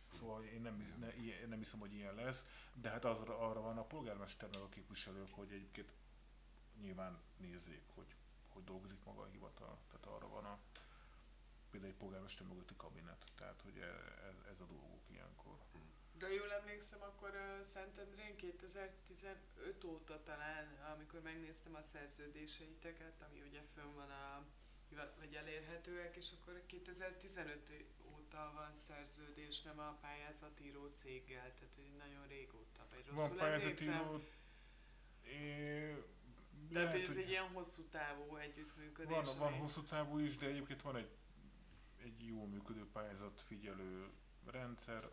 Szóval én nem, hisz- ne, ilyen- nem hiszem, hogy ilyen lesz, de hát az, arra van a polgármester meg a képviselők, hogy egyébként nyilván nézzék, hogy hogy dolgozik maga a hivatal. Tehát arra van a például egy polgármester mögötti kabinet. Tehát, hogy e- ez, ez a dolgok ilyenkor. De ha jól emlékszem, akkor uh, Szentendrén kétezer-tizenöt óta talán, amikor megnéztem a szerződéseiteket, ami ugye fönn van a, vagy elérhetőek, és akkor kétezer-tizenöt óta van szerződés, nem a pályázatíró céggel, tehát hogy nagyon régóta, vagy rosszul Van emlékszem. pályázatíró, é, Tehát, lehet, hogy ez hogy egy ilyen hosszú távú együttműködés. van, van ami- hosszú távú is, de egyébként van egy, egy jól működő pályázatfigyelő rendszer,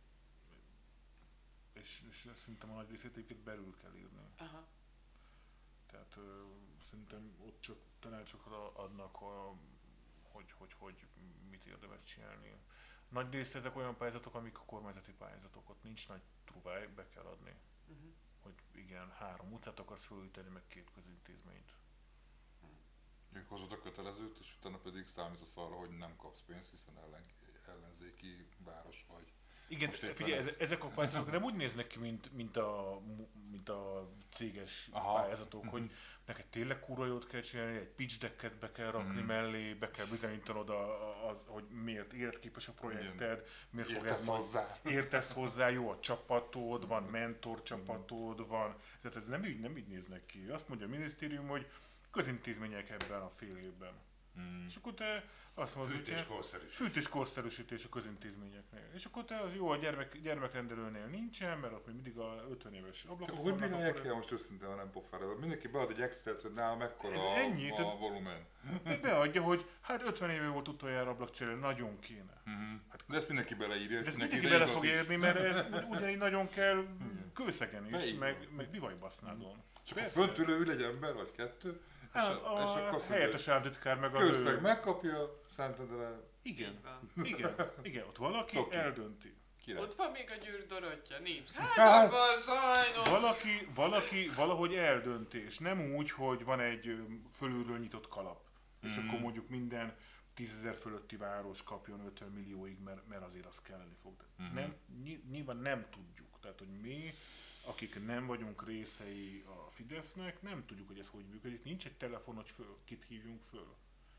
és, és szerintem a nagy részét egyébként belül kell írni. Aha. Tehát ö, szerintem ott csak tanácsokra adnak, a, hogy, hogy, hogy mit érdemes csinálni. Nagy részt ezek olyan pályázatok, amik a kormányzati pályázatok, ott nincs nagy truváj, be kell adni. Uh-huh. Hogy igen, három utcát akarsz fölújítani, meg két közintézményt. Ők hozod a kötelezőt, és utána pedig számítasz arra, hogy nem kapsz pénzt, hiszen ellen, ellenzéki város vagy. Igen, Most éppen figyelj, ez- ez, ezek a pályázatok nem úgy néznek ki, mint, mint, a, mint a céges Aha. pályázatok, hogy neked tényleg kurva jót kell csinálni, egy pitch decket be kell rakni Mhm. mellé, be kell bizonyítanod, a, az, hogy miért életképes a projekted, miért fog Értesz ez majd- hozzá. értesz hozzá, jó a csapatod, van mentor csapatod, van, tehát ez nem így, nem így néznek ki. Azt mondja a minisztérium, hogy közintézmények ebben a fél évben. Mm. És akkor te azt mondod, hogy Fűtés te- korszerűség. fűtéskorszerűsítés a közintézményeknél. És akkor te az jó, a gyermek, gyermekrendelőnél nincsen, mert ott még mindig a ötven éves ablakok Hogy vannak, bírálják akkor el most őszintén, ha nem pofára? Mindenki bead egy Excel-t, hogy nála mekkora Ez a, ennyi, a tehát- volumen. be- beadja, hogy hát ötven éve volt utoljára ablakcserélő, nagyon kéne. Mm-hmm. De ezt mindenki beleírja. De ezt neki mindenki ide bele igaz fog is. érni, mert ez ugy- ugyanígy nagyon kell kőszegen is, Beírva. meg, meg bivajbasznádon. Csak a Persze. föntülő ül egy ember, vagy kettő, és, Á, a, és a akkor azt helyettes államtitkár meg mondja, az kőszeg ő... megkapja, Szentendre Igen, Így van. igen, igen, ott valaki Coki. eldönti. király. Ott van még a Győr Dorottya, nincs. Hát Hát. akkor sajnos. Valaki, valaki valahogy eldönti, és nem úgy, hogy van egy ö, fölülről nyitott kalap. És Mhm. akkor mondjuk minden tízezer fölötti város kapjon ötven millióig, mert, mert azért az kelleni fog. De Mhm. nem, ny- nyilván nem tudjuk. Tehát, hogy mi, akik nem vagyunk részei a Fidesznek, nem tudjuk, hogy ez hogy működik. Nincs egy telefon, hogy föl, kit hívjunk föl.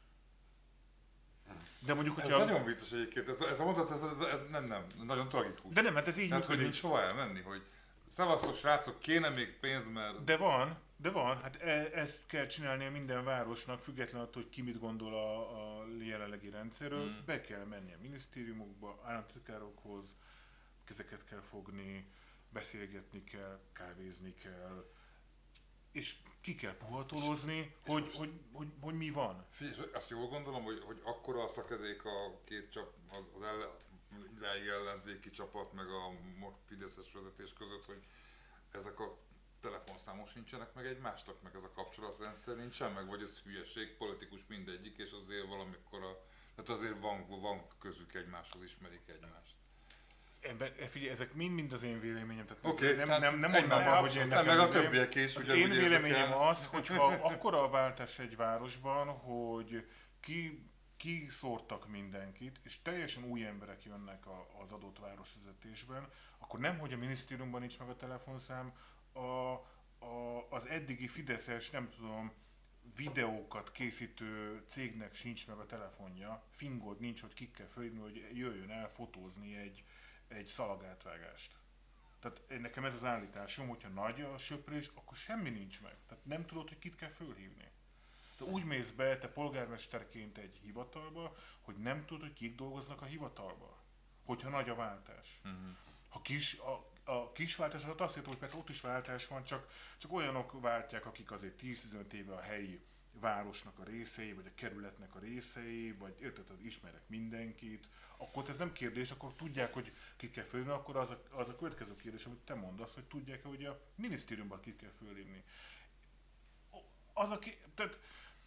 De mondjuk, Ez hogyha... nagyon vicces egyébként, ez, ez a mondat, ez, ez, ez nem, nem, nagyon tragikus. De nem, hát ez így Tehát, hogy működik. nincs hova elmenni, hogy szevasztok srácok, kéne még pénz, mert... De van, de van, hát e- ezt kell csinálnia minden városnak, függetlenül attól, hogy ki mit gondol a, a jelenlegi rendszerről. Mm. Be kell menni a minisztériumokba, államtitkárokhoz, kezeket kell fogni, beszélgetni kell, kávézni kell, és ki kell puhatolozni, hogy, most- hogy, hogy, hogy mi van. Figyelj, azt jól gondolom, hogy, hogy akkora a szakadék a két csap, az, az ellen, idáig ellenzéki csapat, meg a mo- fideszes vezetés között, hogy ezek a telefonszámok nincsenek meg egymásnak, meg ez a kapcsolatrendszer nincsen meg, vagy ez hülyeség, politikus mindegyik, és azért valamikor a... Tehát azért van, van közük egymáshoz, ismerik egymást. Ebben, e, figyelj, ezek mind-mind az én véleményem, tehát Oké, okay, nem, tehát nem, nem egy- mondom, abszolút, hogy én nem, nekem meg a izé- többiek is, Az ugye, én úgy véleményem érdekel. az, hogyha akkora a váltás egy városban, hogy ki, ki szórtak mindenkit, és teljesen új emberek jönnek a, az adott városvezetésben, akkor nem, hogy a minisztériumban nincs meg a telefonszám, a, a, az eddigi fideszes, nem tudom, videókat készítő cégnek sincs meg a telefonja, fingod nincs, hogy ki kell fölhívni, hogy jöjjön el fotózni egy, egy szalagátvágást. Tehát nekem ez az állításom, hogyha nagy a söprés, akkor semmi nincs meg. Tehát nem tudod, hogy kit kell fölhívni. Te úgy mész be, te polgármesterként egy hivatalba, hogy nem tudod, hogy kik dolgoznak a hivatalba. Hogyha nagy a váltás. Mhm. Ha kis, a, a kis váltás alatt azt értem, hogy persze ott is váltás van, csak, csak olyanok váltják, akik azért tíz-tizenöt éve a helyi városnak a részei, vagy a kerületnek a részei, vagy érted, hogy ismerek mindenkit, akkor ez nem kérdés, akkor tudják, hogy ki kell fölhívni, akkor az a, az a következő kérdés, amit te mondasz, hogy tudják-e, hogy a minisztériumban ki kell fölhívni. Az, aki, tehát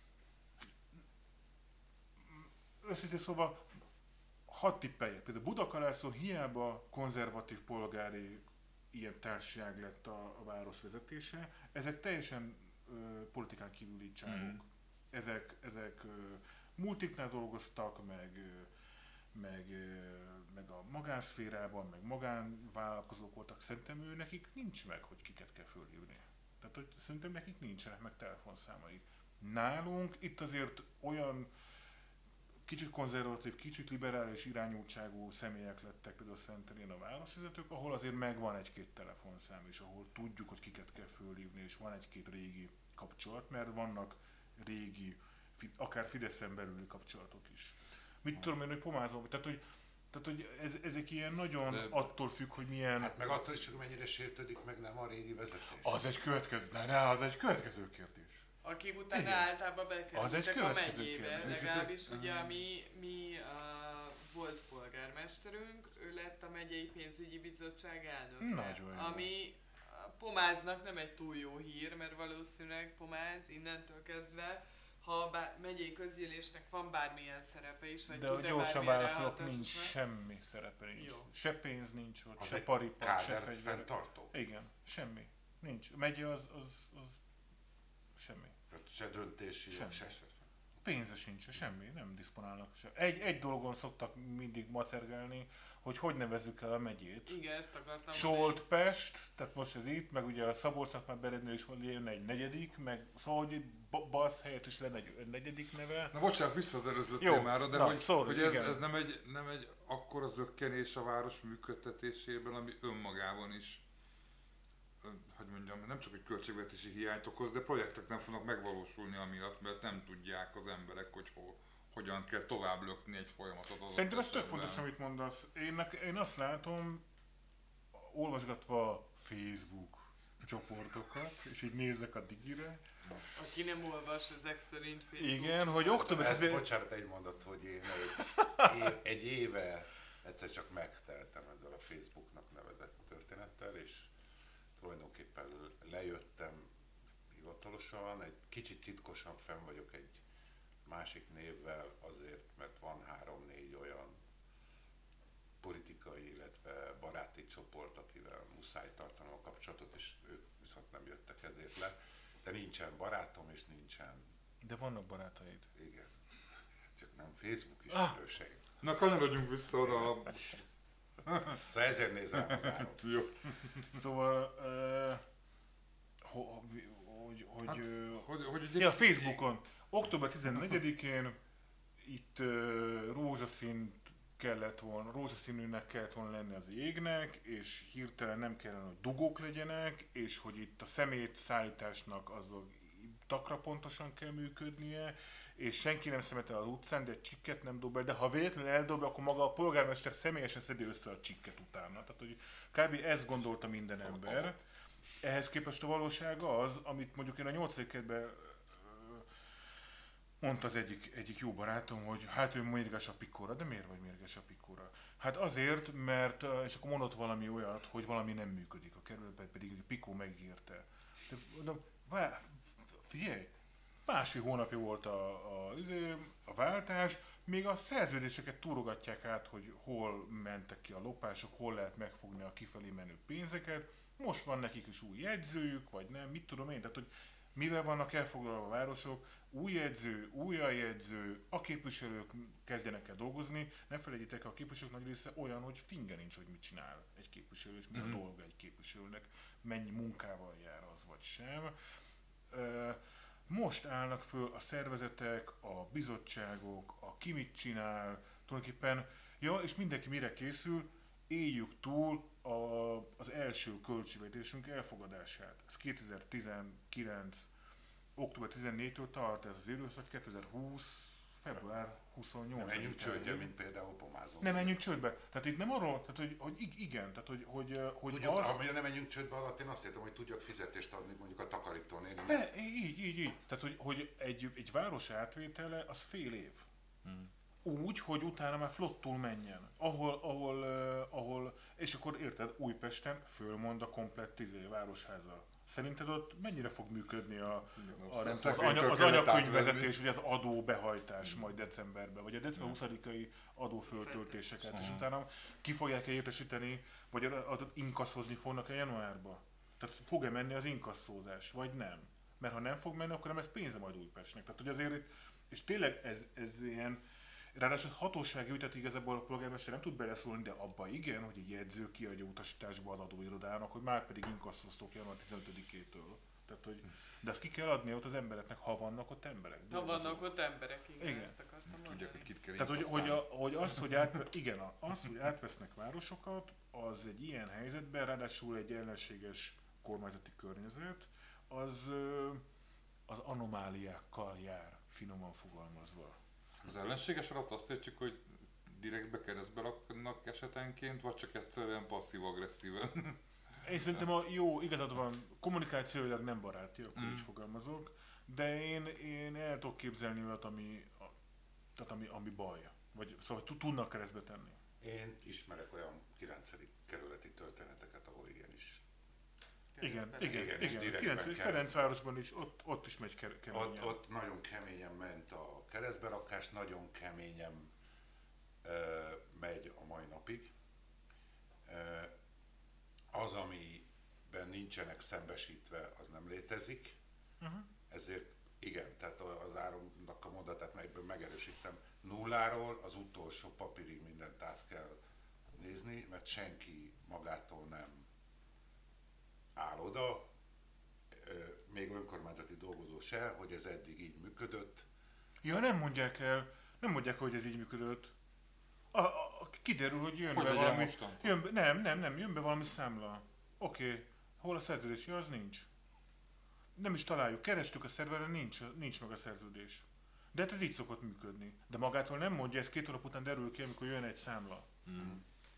őszintén szóval hadd tippeljek, például Budakalászon hiába konzervatív polgári ilyen társaság lett a, a város vezetése, ezek teljesen ö, politikán kívüli csávok. Mhm. Ezek, ezek ö, multiknál dolgoztak, meg, ö, meg, ö, meg a magánszférában, meg magánvállalkozók voltak, szerintem ő nekik nincs meg, hogy kiket kell fölhívni. Tehát hogy szerintem nekik nincsenek meg telefonszámaik. Nálunk itt azért olyan kicsit konzervatív, kicsit liberális irányultságú személyek lettek például Szentendrén a városvezetők, ahol azért megvan egy-két telefonszám is, ahol tudjuk, hogy kiket kell fölhívni, és van egy-két régi kapcsolat, mert vannak régi, akár Fideszen belüli kapcsolatok is. Mit tudom én, hogy pomázom, tehát hogy, tehát, hogy ez, ezek ilyen nagyon De... attól függ, hogy milyen... Hát meg attól is, hogy mennyire sértődik meg nem a régi vezetés. Az egy következő, de ne, az egy következő kérdés. Akik utána Igen. általában Az egy bekerültek a következő megyébe, kérdés. legalábbis ugye a mi, mi a volt polgármesterünk, ő lett a megyei pénzügyi bizottság elnöke. Nagyon jó. Ami a Pomáznak nem egy túl jó hír, mert valószínűleg Pomáz innentől kezdve, ha a bá- megyei közgyűlésnek van bármilyen szerepe is, vagy De hogy tud-e gyorsan bármilyen válaszolok, ráhatásos nincs van. semmi szerepe nincs. Jó. Se pénz nincs ott, Az se egy paripar, se káder fegyver. fenntartó. Igen, semmi. Nincs. A megye az, az, az semmi. Tehát se döntési jog, Semmi. se se. Pénze sincs, semmi, nem diszponálnak se. Egy, egy dolgon szoktak mindig macergálni, hogy hogy nevezzük el a megyét. Igen, ezt akartam Solt, Pest, tehát most ez itt, meg ugye a Szabolcsnak már Berednél is van jön egy negyedik, meg szóval, hogy ba- Balsz helyett is lenne egy negyedik neve. Na bocsánat, vissza az előző Jó, témára, de na, hogy, sorry, hogy ez, igen. ez nem egy, nem egy akkora zökkenés a város működtetésében, ami önmagában is, ö, hogy mondjam, nem csak egy költségvetési hiányt okoz, de projektek nem fognak megvalósulni amiatt, mert nem tudják az emberek, hogy ho, hogyan kell tovább lökni egy folyamatot. Az Szerintem ez tök fontos, amit mondasz. Én, nek- én azt látom, olvasgatva Facebook csoportokat, és így nézek a digire. Aki nem olvas ezek szerint Facebook. Igen, hogy október Ezt, tizenötödikén... bocsánat, egy mondat, hogy én egy, év, egy éve egyszer csak megteltem ezzel a Facebooknak nevezett történettel, és tulajdonképpen lejöttem hivatalosan, egy kicsit titkosan fenn vagyok egy másik névvel azért, mert van három-négy olyan politikai, illetve baráti csoport, akivel muszáj tartanom a kapcsolatot, és ők viszont nem jöttek ezért le. De nincsen barátom, és nincsen, De vannak barátaid. igen, csak nem Facebook Ah. ismerőseim. Na kanyarodjunk vissza oda a... Szóval ezért nézem az áron. Jó. Szóval, uh, ho, hogy, hogy, Hát, ö, hogy, hogy ugye... ja, Facebookon, október tizennegyedikén itt uh, rózsaszín kellett volna, rózsaszínűnek kellett volna lenni az égnek, és hirtelen nem kellene, hogy dugók legyenek, és hogy itt a szemét szállításnak azok takra pontosan kell működnie, és senki nem szemetel az utcán, de egy csikket nem dob el, de ha véletlenül eldobja, akkor maga a polgármester személyesen szedi össze a csikket utána. Tehát, hogy kb. Ezt gondolta minden ember. Ehhez képest a valóság az, amit mondjuk én a nyolcadik kerületben mondta az egyik, egyik jó barátom, hogy hát ő mérges a pikóra, de miért vagy mérges a pikóra? Hát azért, mert, és akkor mondott valami olyat, hogy valami nem működik a kerületben, pedig a pikó megírta. De mondom, vá, figyelj, másfél hónapja volt a, a, a váltás, még a szerződéseket túrogatják át, hogy hol mentek ki a lopások, hol lehet megfogni a kifelé menő pénzeket. Most van nekik is új jegyzőjük, vagy nem, mit tudom én, tehát hogy mivel vannak elfoglalva a városok, új jegyző, új jegyző, a képviselők kezdjenek el dolgozni, ne felejtjétek, a képviselők nagy része olyan, hogy finge nincs, hogy mit csinál egy képviselő, és mi a dolga egy képviselőnek, mennyi munkával jár az, vagy sem. Most állnak föl a szervezetek, a bizottságok, a ki mit csinál, tulajdonképpen, ja, és mindenki mire készül, éljük túl a, az első költségvetésünk elfogadását. Ez kétezer-tizenkilenc. október tizennégytől tart ez az időszak, kétezer-húsz. február huszonnyolcadika. Nem menjünk csődje, mint például Pomázon. Nem menjünk csődbe. Tehát itt nem arról, tehát hogy, hogy igen, tehát hogy, hogy, hogy Tudjuk, az... amire nem menjünk csődbe alatt, én azt értem, hogy tudjak fizetést adni mondjuk a takarítónél. Ne, így, így, így. Tehát, hogy, hogy egy, egy város átvétele az fél év. Hmm. Úgy, hogy utána már flottul menjen. Ahol, ahol, uh, ahol, és akkor érted, Újpesten fölmond a komplett tízé városháza. Szerinted ott mennyire fog működni a, a, az, az, anya, az anyakönyvvezetés, vagy az adóbehajtás majd decemberben, vagy a december huszadikai adóföltöltéseket, és utána ki fogják-e értesíteni, vagy adott inkaszhozni fognak-e januárba? Tehát fog-e menni az inkasszózás, vagy nem? Mert ha nem fog menni, akkor nem ez pénze majd Újpestnek. Tehát hogy azért, és tényleg ez, ez ilyen, Ráadásul hatósági ügy, tehát igazából a polgármester nem tud beleszólni, de abba igen, hogy egy jegyző kiadja utasításba az adóirodának, hogy már pedig inkasszoztok január tizenötödikétől. Tehát, hogy, de azt ki kell adni ott az embereknek, ha vannak ott emberek. Ha vannak ott emberek, igen, Igen. ezt akartam mondani. Tudják, hogy kit kell Tehát, hogy, hogy, inkasszálni. a, hogy az, hogy, át, igen, az, hogy átvesznek városokat, az egy ilyen helyzetben, ráadásul egy ellenséges kormányzati környezet, az, ö, az anomáliákkal jár, finoman fogalmazva. Az ellenséges alatt azt értjük, hogy direktbe keresztbe raknak esetenként, vagy csak egyszerűen passzív-agresszíven? Én szerintem a jó, igazad van, kommunikációilag nem baráti, akkor Mm. így fogalmazok, de én, én el tudok képzelni olyat, ami, a, tehát ami, ami baj. Vagy szóval tud- tudnak keresztbe tenni. Én ismerek olyan kilencedik kerületi történeteket, ahol igenis. Igen, Keresztbe. igen, Igen, igen. és igen. direktben kilenc keresztbe. Ferencvárosban is, ott, ott is megy ke- keményen. Ott, ott nagyon keményen ment a keresztberakás, nagyon keményen ö, megy a mai napig. Ö, az, amiben nincsenek szembesítve, az nem létezik. Uh-huh. Ezért igen, tehát az Áronnak a mondatát melyből megerősítem, nulláról az utolsó papírig mindent át kell nézni, mert senki magától nem áll oda, ö, még önkormányzati dolgozó se, hogy ez eddig így működött. Ja, nem mondják el, nem mondják, hogy ez így működött. A, a, a, kiderül, hogy jön Hogy be legyen valami... mostantól? Jön be, nem, nem, nem, jön be valami számla. Oké, okay. Hol a szerződés? Ja, az nincs. Nem is találjuk. Kerestük a szerveren, nincs, nincs meg a szerződés. De hát ez így szokott működni. De magától nem mondja, ez két hónap után derül ki, amikor jön egy számla. Mm.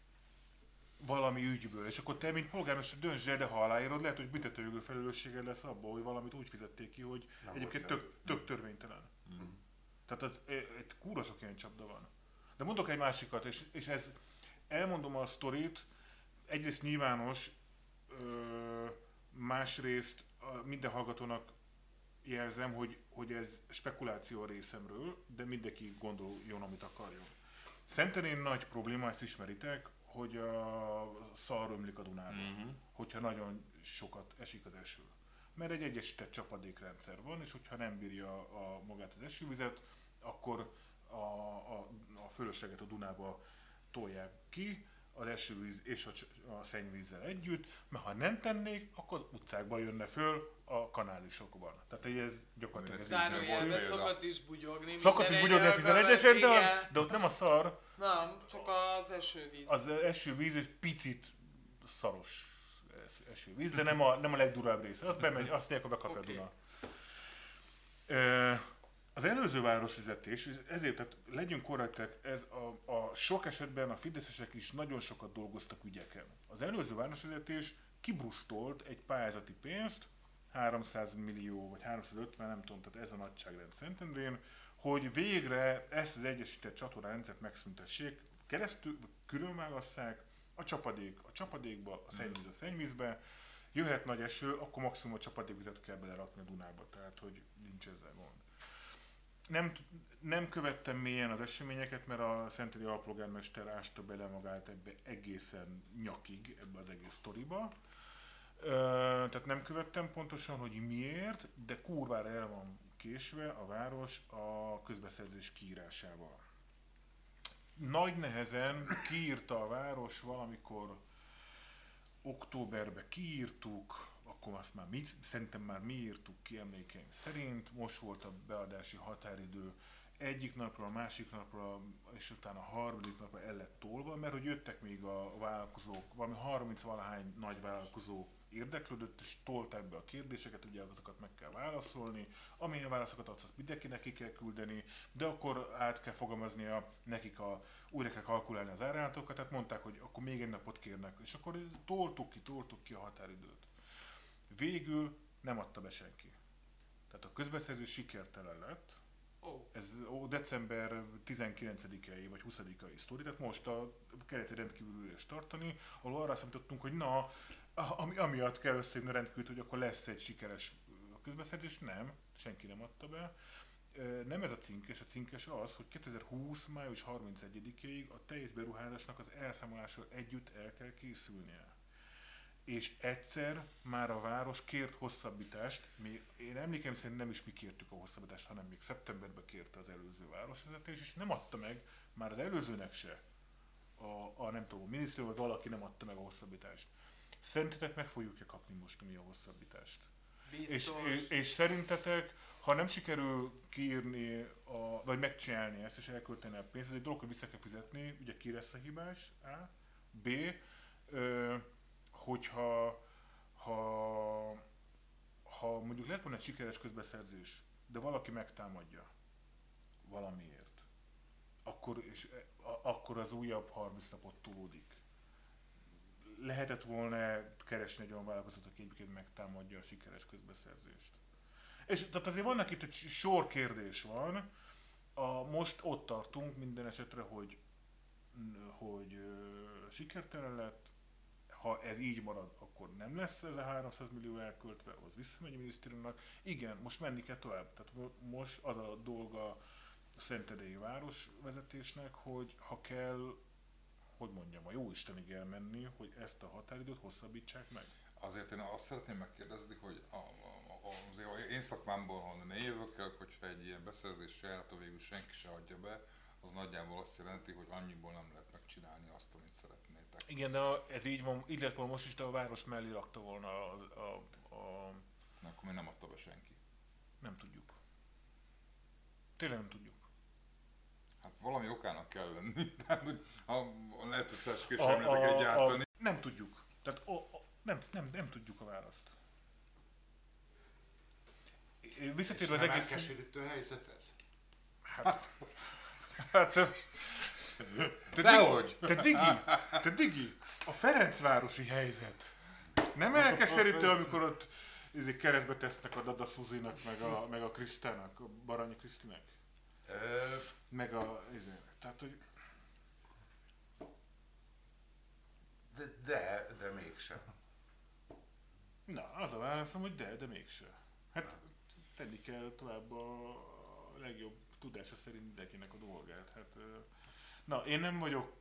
Valami ügyből. És akkor te, mint polgármester döntsd el, de ha aláírod, lehet, hogy büntetőjogi felelősséged lesz abból, hogy valamit úgy fizették ki, hogy Nem egyébként volt tök, tök törvénytelen. Mm. Tehát az, egy kúra sok ilyen csapda van. De mondok egy másikat, és, és ez, elmondom a sztorit, egyrészt nyilvános, ö, másrészt a, minden hallgatónak jelzem, hogy, hogy ez spekuláció a részemről, de mindenki gondoljon, amit akarjon. Szentenén nagy probléma, ezt ismeritek, hogy a szar ömlik a Dunába, Mhm. hogyha nagyon sokat esik az eső. Mert egy egyesített csapadékrendszer van, és hogyha nem bírja a, magát az esővizet, akkor a, a, a fölösleget a Dunába tolják ki, az esővíz és a, cs- a szennyvízzel együtt, mert ha nem tennék, akkor az utcákban jönne föl a kanálisokban. Tehát ez gyakorlatilag ez így Zárójelben Példa. szokott is bugyogni. szokott is minden bugyogni a egyes tizenegyesen, de, alkalommal, az, igen. de ott nem a szar, Nem, csak az esővíz. az esővíz egy picit szaros es- esővíz, de nem a, nem a legdurább része. Az bemegy, azt nélkül bekapja Oké. a Duna. Ö, Az előző városvezetés, és ezért tehát legyünk korrektek, ez a, a sok esetben a fideszesek is nagyon sokat dolgoztak ügyeken. Az előző városvezetés kibrusztolt egy pályázati pénzt, háromszáz millió vagy háromszázötven, nem tudom, tehát ez a nagyságrend Szentendrén, hogy végre ezt az egyesített csatornarendszert megszüntessék, keresztül, vagy külön válasszák, a csapadék a csapadékba, a szennyvíz a szennyvízbe, jöhet nagy eső, akkor maximum a csapadékvizet kell belerakni a Dunába, tehát hogy nincs ezzel gond. Nem, t- nem követtem mélyen az eseményeket, mert a szentendrei alpolgármester ásta bele magát ebbe egészen nyakig, ebbe az egész sztoriba. Ö, tehát nem követtem pontosan, hogy miért, de kurvára el van késve a város a közbeszerzés kiírásával. Nagy nehezen kiírta a város valamikor októberben kiírtuk, akkor azt már mi, szerintem már mi írtuk ki emlékeim szerint, most volt a beadási határidő egyik napra, a másik napra, és utána a harmadik napra el lett tolva, mert hogy jöttek még a vállalkozók, valami harminc-valahány nagy vállalkozó érdeklődött, és tolták be a kérdéseket, ugye azokat meg kell válaszolni, amilyen válaszokat adsz, azt mindenkinek ki kell küldeni, de akkor át kell fogalmaznia nekik, a, újra kell kalkulálni az árajánlatokat, tehát mondták, hogy akkor még egy napot kérnek, és akkor toltuk ki, toltuk ki a határidőt. Végül nem adta be senki. Tehát a közbeszerzés sikertelen lett, Ó, ez ó, december tizenkilencedikei vagy huszadikai sztori, tehát most a keleti rendkívüli ülést tartani, ahol arra számítottunk, hogy na, a- ami, amiatt kell összejönni a rendkívült, hogy akkor lesz egy sikeres közbeszerzés, nem, senki nem adta be. Ö, Nem ez a cinkes, a cinkes az, hogy kétezer-húsz. május harmincegyedikéig a teljes beruházásnak az elszámolásról együtt el kell készülnie. és egyszer már a város kért hosszabbítást, mi, én emlékeim szerint nem is mi kértük a hosszabbítást, hanem még szeptemberben kérte az előző városvezetés, és nem adta meg, már az előzőnek se, a, a nem tudom, a miniszter vagy valaki nem adta meg a hosszabbítást. Szerintetek meg fogjuk-e kapni most mi a hosszabbítást? És, és, és szerintetek, ha nem sikerül kiírni, a, vagy megcsinálni ezt, és elkölteni a pénzt, ez egy dolog, hogy vissza kell fizetni, ugye ki lesz a hibás, A. B. Ö, hogyha ha, ha mondjuk lett volna egy sikeres közbeszerzés, de valaki megtámadja valamiért, akkor, és, a, akkor az újabb harminc napot tolódik. Lehetett volna keresni egy olyan vállalkozót, aki egyébként megtámadja a sikeres közbeszerzést. És tehát azért vannak itt egy sor kérdés van. A, most ott tartunk minden esetre, hogy, hogy ö, sikertelen lett. Ha ez így marad, akkor nem lesz ez a háromszáz millió elköltve, az visszamegy a minisztériumnak. Igen, most menni kell tovább. Tehát most az a dolga a szentendrei városvezetésnek, hogy ha kell, hogy mondjam, a jó Istenig elmenni, hogy ezt a határidőt hosszabbítsák meg. Azért én azt szeretném megkérdezni, hogy a, a, a, azért én szakmámból, honnan én jövök, hogyha egy ilyen beszerzés járatot végül senki se adja be, az nagyjából azt jelenti, hogy annyiból nem lehet megcsinálni azt, amit szeretnétek. Igen, de ez így van, így lett volna most is, de a város mellé rakta volna a... a, a... Na, akkor még nem adta be senki. Nem tudjuk. Tényleg nem tudjuk. Hát valami okának kell lenni, tehát hogy a lehet összeesküvés elméleteket gyártani. A, nem tudjuk. Tehát a, a, nem, nem, nem tudjuk a választ. Visszatérve az nem egész... elkeserítő helyzet ez? Hát... hát te, Dehogy! te Digi, te Digi, a Ferencvárosi helyzet. Nem elkeserítő, amikor ott izé, keresztbe tesznek a Dada Szuzinak, meg a, meg a Krisztának, a Baranyi Krisztinek. Ö... Meg a... Izé, tehát, hogy... De, de, de mégsem. Na, az a válaszom, hogy de, de mégse. Hát tenni kell tovább a legjobb tudása szerint mindenkinek a dolgát. Hát, na, én nem vagyok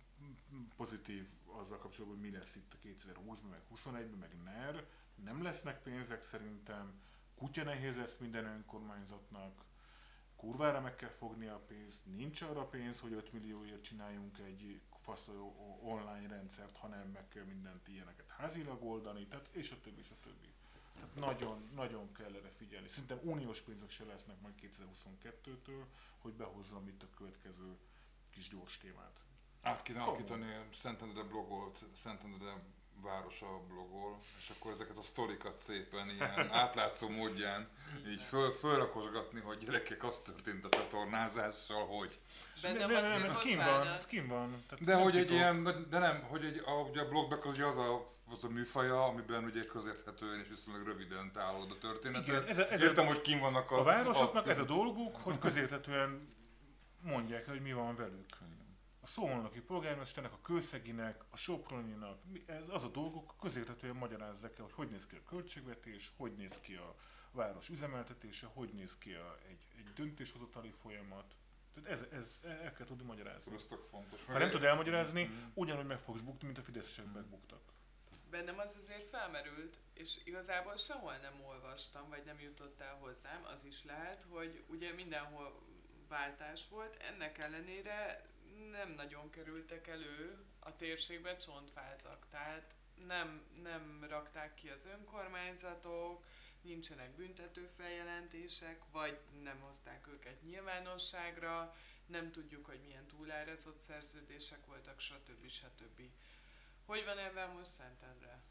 pozitív azzal kapcsolatban, hogy mi lesz itt a kétezer-húszban, meg huszonegyben, meg NER. Nem lesznek pénzek szerintem. Kutya nehéz lesz minden önkormányzatnak. Kurvára meg kell fogni a pénzt. Nincs arra pénz, hogy öt millióért csináljunk egy faszoló online rendszert, hanem meg kell mindent ilyeneket házilag oldani, tehát és a többi, és a többi. Tehát nagyon, nagyon kell erre figyelni. Szerintem uniós pénzek se lesznek majd kétezer-huszonkettőtől, hogy behozzam itt a következő kis gyors témát. Át kéne alakítani, Szentendre blogolt, Szentendre városa blogol, és akkor ezeket a sztorikat szépen ilyen átlátszó módján így föl, fölrakosgatni, hogy gyerekek, az történt a csatornázással, hogy... Bennem nem, az nem, nem, ez kim van, ez kim van. Tehát de hogy titok. egy ilyen, de nem, hogy egy, a, ugye a blognak az, ugye az a az a műfaja, amiben ugye közérthetően és viszonylag röviden tálod a történetet. Igen, ez a, ez Értem, a, hogy kim vannak a... A városoknak a, ez a dolguk, hogy közérthetően mondják, hogy mi van velük. A Szolnoki polgármesternek, a Kőszeginek, a Sopronyinak, ez az a dolguk, közérthetően magyarázzák el, hogy hogy néz ki a költségvetés, hogy néz ki a város üzemeltetése, hogy néz ki a, egy, egy döntéshozatali folyamat. Tehát ez, ez, el kell tudni magyarázni. Ez tök fontos. Ha nem tud elmagyarázni, ugyanúgy meg fogsz bukni, mint a fideszesek megbuktak. Bennem az azért felmerült, és igazából sehol nem olvastam, vagy nem jutott el hozzám, az is lehet, hogy ugye mindenhol váltás volt, ennek ellenére nem nagyon kerültek elő a térségbe csontfázak, tehát nem, nem rakták ki az önkormányzatok, nincsenek büntetőfeljelentések, vagy nem hozták őket nyilvánosságra, nem tudjuk, hogy milyen túlárazott szerződések voltak, stb. stb. Hogy van ebben most Szentendre?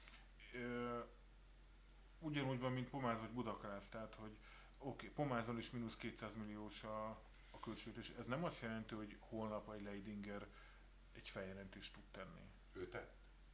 Ö, ugyanúgy van, mint Pomáz vagy Budakrász, tehát hogy oké, okay, Pomázon is mínusz kétszáz milliós a, a költségvetés. Ez nem azt jelenti, hogy holnap egy Leidinger egy feljelentést tud tenni. Ő tett?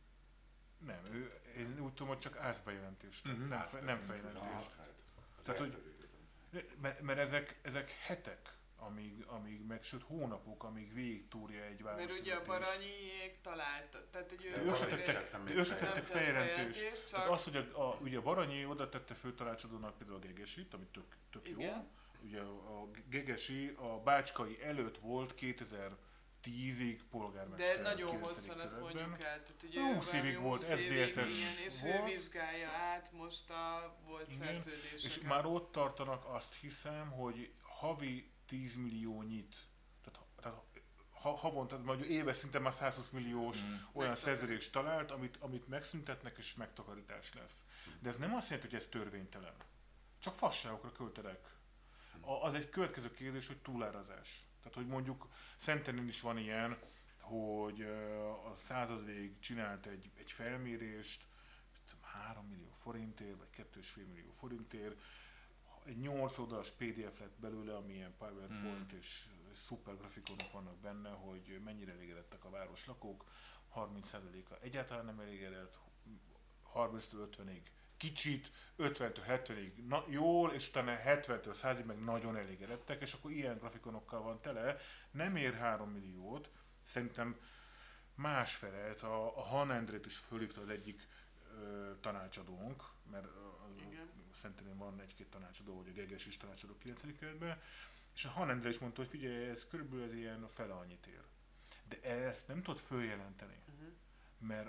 Nem, ő, én úgy tudom, hogy csak ázbejelentést, uh-huh. nem, fe, nem feljelentést. Tehát, hogy, mert, mert ezek, ezek hetek, amíg, amíg meg, sőt hónapok, amíg végig túrja egy város. Mert ugye a Baranyiék talált, tehát hogy ő ők se tettek feljelentést. Csak... Az, hogy a, a, ugye a Baranyi oda tette főtanácsadónak például a Gegesit, ami tök, tök jó. Ugye a, a Gegesi a Bácskai előtt volt kétezer tízig polgármester. De nagyon kilencedik hosszan azt kerületben. mondjuk el, tehát ugye húsz évig valami volt húsz es dé es-es évig, igen, és volt. ő vizsgálja át most a volt Igen, szerződéseket. és már ott tartanak, azt hiszem, hogy havi tíz milliónyit, tehát, tehát ha, havonta, mondjuk éves szinten már százhúsz milliós Mm. olyan szerződést talált, amit, amit megszüntetnek és megtakarítás lesz. De ez nem azt jelenti, hogy ez törvénytelen. Csak fasságokra költenek. A, az egy következő kérdés, hogy túlárazás. Tehát, hogy mondjuk Szentendrén is van ilyen, hogy a század végig csinált egy, egy felmérést, három millió forintért, vagy két és fél millió forintért, egy nyolc oldalas pé dé ef lett belőle, amilyen PowerPoint hmm. és szuper grafikonok vannak benne, hogy mennyire elégedettek a város lakók, harminc százaléka egyáltalán nem elégedett, harminctól ötvenig kicsit, ötventől hetvenig na, jól, és utána hetventől százig meg nagyon elégedettek, és akkor ilyen grafikonokkal van tele, nem ér három milliót, szerintem másfelet, a, a Han Endrét is fölhívta az egyik ö, tanácsadónk, mert szerintem van egy-két tanácsadó, hogy a Geges is tanácsadó kilencedik kerületben, és a Han Endre is mondta, hogy figyelj, ez körülbelül ez ilyen fele annyit ér. De ezt nem tudod följelenteni, uh-huh. mert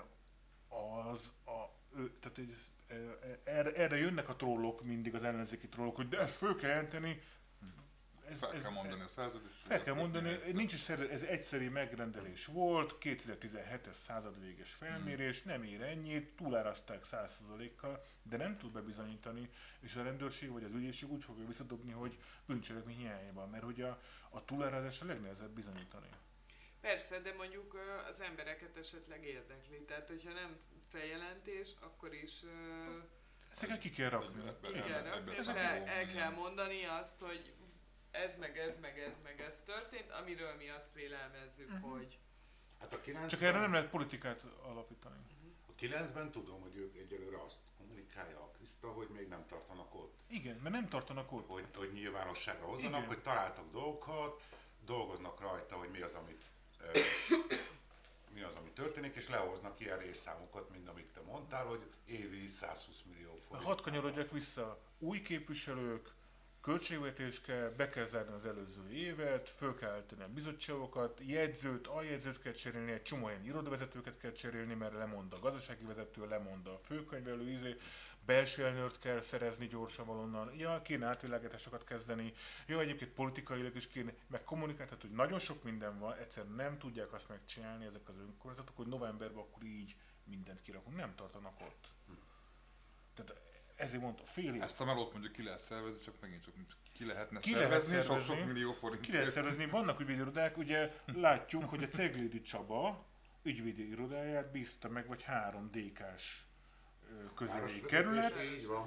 az a, ő, tehát ez, erre, erre jönnek a trollok mindig, az ellenzéki trollok, hogy de ezt föl kell jelenteni. Ez, fel ez, kell mondani a szerződést. Fel kell mondani, nincs is szerződés, ez egyszeri megrendelés volt, kétezer-tizenhetes századvéges felmérés, hmm. nem ér ennyit, túlárazták száz százalékkal, de nem tud bebizonyítani, és a rendőrség vagy az ügyészség úgy fogja visszadobni, hogy bűncselekmény hiányában, mert hogy a, a túlárazás a legnehezebb bizonyítani. Persze, de mondjuk az embereket esetleg érdekli, tehát hogyha nem feljelentés, akkor is... Ezeket ki kell rakni. És el, el kell mondani azt, hogy ez meg ez meg ez meg ez történt, amiről mi azt vélelmezzük, uh-huh. hogy... Hát a kilencven... Csak erre nem lehet politikát alapítani. Uh-huh. A kilencben tudom, hogy ők egyelőre azt kommunikálja a Kriszta, hogy még nem tartanak ott. Igen, mert nem tartanak ott. Hogy, hogy nyilvánosságra hozzanak, igen. Hogy találtak dolgokat, dolgoznak rajta, hogy mi az, amit, e, mi az, ami történik, és lehoznak ilyen részszámokat, mint amit te mondtál, hogy évi százhúsz millió forint. Hadd kanyarodjak vissza. Új képviselők, költségvetés kell, be kell zárni az előző évet, föl kell állítani a bizottságokat, jegyzőt, aljegyzőt kell cserélni, egy csomó helyen irodavezetőket kell cserélni, mert lemond a gazdasági vezető, lemond a főkönyvelő, izé, belső elnőrt kell szerezni gyorsan valonnan, ja, kéne átvilágításokat kezdeni, jó, egyébként politikailag is kéne, meg kommunikálni, tehát, hogy nagyon sok minden van, egyszer nem tudják azt megcsinálni ezek az önkormányzatok, hogy novemberben akkor így mindent kirakunk, nem tartanak ott. Tehát ezért mondta, fél év. Ezt a melót mondjuk ki lehet szervezni, csak megint csak ki lehetne ki szervezni, lehet szervezni, sok-sok millió forint. Ki lehet szervezni, vannak ügyvédirodák, ugye látjuk, hogy a Ceglédi Csaba ügyvédi irodáját bízta meg, vagy három dé ká-s közélyi kerület.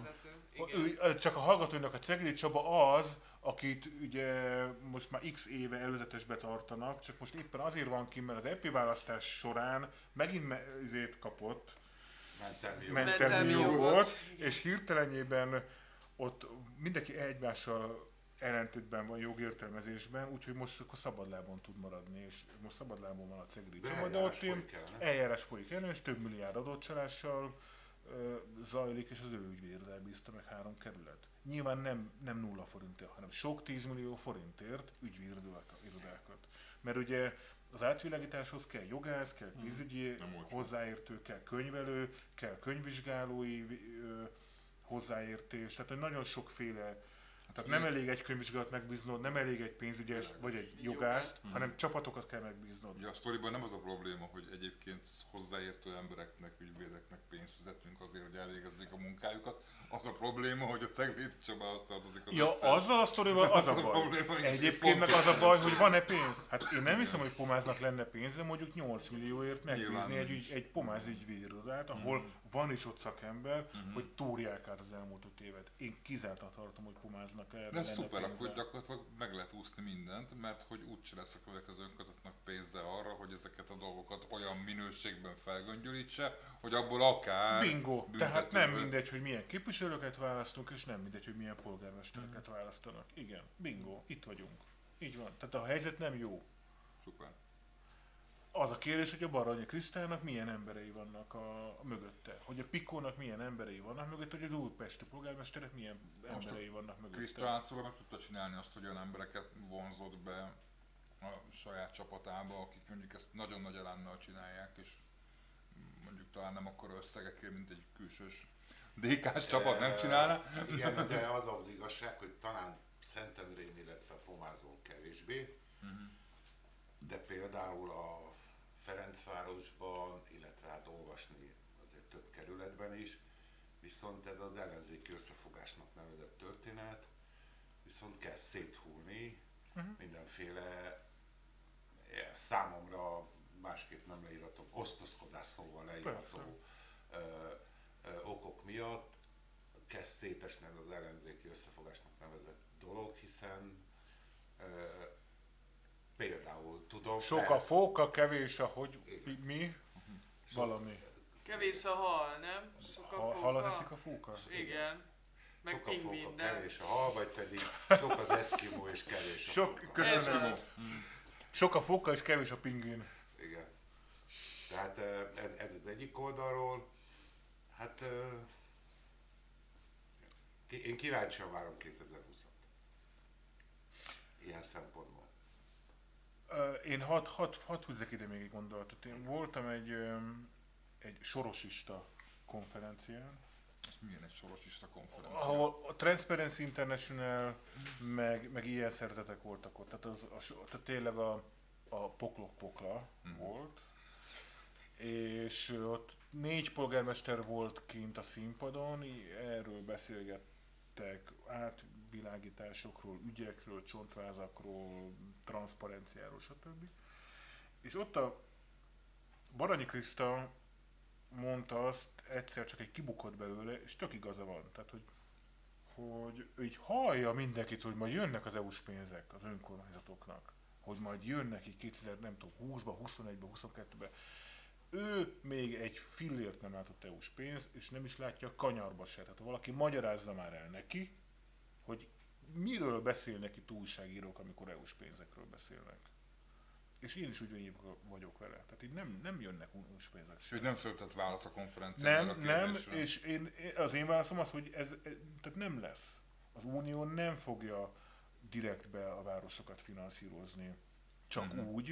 Csak a hallgatóinak a Ceglédi Csaba az, akit ugye most már x éve előzetesbe tartanak, csak most éppen azért van ki, mert az é pé választás során megint ezért kapott, mentelmi jogot, és hirtelenjében ott mindenki egymással ellentétben van jogértelmezésben, úgyhogy most akkor szabadlábon tud maradni, és most szabadlábon van a Ceglédi Csaba, de ott eljárás folyik ellen, és több milliárd adócsalással uh, zajlik, és az ő ügyvédre bízta meg három kerület. Nyilván nem, nem nulla forintért, hanem sok tízmillió forintért ügyvédirodákat. Mert ugye az átvilágításhoz kell jogász, kell pénzügyi hmm. hozzáértő, kell könyvelő, kell könyvvizsgálói ö, hozzáértés, tehát nagyon sokféle, tehát nem elég egy könyvvizsgálat megbíznod, nem elég egy pénzügyes vagy egy jogászt, hmm. hanem csapatokat kell megbíznod. Ugye a sztoriban nem az a probléma, hogy egyébként hozzáértő embereknek, ügyvédeknek pénzt fizetünk azért, hogy elvégezzék a munkájukat. Az a probléma, hogy a Ceglédi Csabához tartozik az ja, összes. azzal a sztorival az a baj. Egyébként meg az a baj, hogy van-e pénz? Hát én nem hiszem, hogy Pomáznak lenne pénze mondjuk nyolc millióért megbízni egy, ügy, egy Pomáz ügyvédirodát, ahol hmm. van is ott szakember, hmm. hogy túrják át az elmúlt öt évet. Én kizártan tartom, hogy Pomáznak erre. De szuper, akkor gyakorlatilag meg lehet úszni mindent, mert hogy úgyse lesz a következő önkormányzatnak pénze arra, hogy ezeket a dolgokat olyan minőségben felgöngyölítse, hogy abból akár bingo! Tehát nem mindegy, hogy milyen képviselőket választunk, és nem mindegy, hogy milyen polgármestereket mm. választanak. Igen, bingo, itt vagyunk. Így van. Tehát a helyzet nem jó. Szuper. Az a kérdés, hogy a Baranyi Krisztának milyen emberei vannak a, a mögötte. Hogy a Pikónak milyen emberei vannak mögötte, hogy az újpesti polgármesterek milyen most emberei vannak mögötte. Kriszta átszóval meg tudta csinálni azt, hogy olyan embereket vonzott be a saját csapatába, akik mondjuk ezt nagyon nagy elánnal csinálják, és mondjuk talán nem akkora összegekért, mint egy külsős dé ká-s csapat nem csinálna. Igen, de az az igazság, hogy talán Szentendrén, illetve Pomázon kevésbé, uh-huh. de például a Ferencvárosban, illetve hát olvasni azért több kerületben is, viszont ez az ellenzéki összefogásnak nevezett történet, viszont kezd széthulni, uh-huh. mindenféle számomra másképp nem leírható, osztozkodás szóval leírható ö, ö, okok miatt kezd szétesni az ellenzéki összefogásnak nevezett dolog, hiszen ö, például tudom... Sok a fóka, kevés a hogy igen. mi? Valami. Kevés a hal, nem? Sok a ha, fóka. Halat eszik a fóka? Igen. Meg sok a fóka, minden. kevés a hal, vagy pedig sok az eszkimó és kevés a sok, fóka. Köszönöm. Sok a fóka és kevés a pingvin. Igen. Tehát ez, ez az egyik oldalról. Hát én kíváncsian várom kétezer-húszat. Ilyen szempontból. Én hadd had, had húzzak ide még egy gondolatot. Én voltam egy, egy sorosista konferencián. Ez milyen egy sorosista konferencia? Ahol a Transparency International, meg, meg ilyen szervezetek voltak ott. Tehát, az, a, tehát tényleg a, a poklok pokla mm. volt. És ott négy polgármester volt kint a színpadon, erről beszélgettek, átvilágításokról, ügyekről, csontvázakról, transzparenciáról, stb. És ott a Baranyi Kriszta mondta azt, egyszer csak egy kibukott belőle, és tök igaza van. Tehát, hogy, hogy ő így hallja mindenkit, hogy majd jönnek az é u-s pénzek az önkormányzatoknak, hogy majd jönnek így kétezer-húszba, huszonegybe, huszonkettőbe. Ő még egy fillért nem látott é u-s pénz, és nem is látja a kanyarba se. Tehát valaki magyarázza már el neki, hogy miről beszélnek itt újságírók, amikor é u-s pénzekről beszélnek. És én is úgy vagyok vele. Tehát így nem, nem jönnek uniós pénzek sem. Hogy nem született válasz a konferencián. Nem, nem, és én, az én válaszom az, hogy ez, ez tehát nem lesz. Az Unió nem fogja direktbe a városokat finanszírozni. Csak uh-huh. úgy.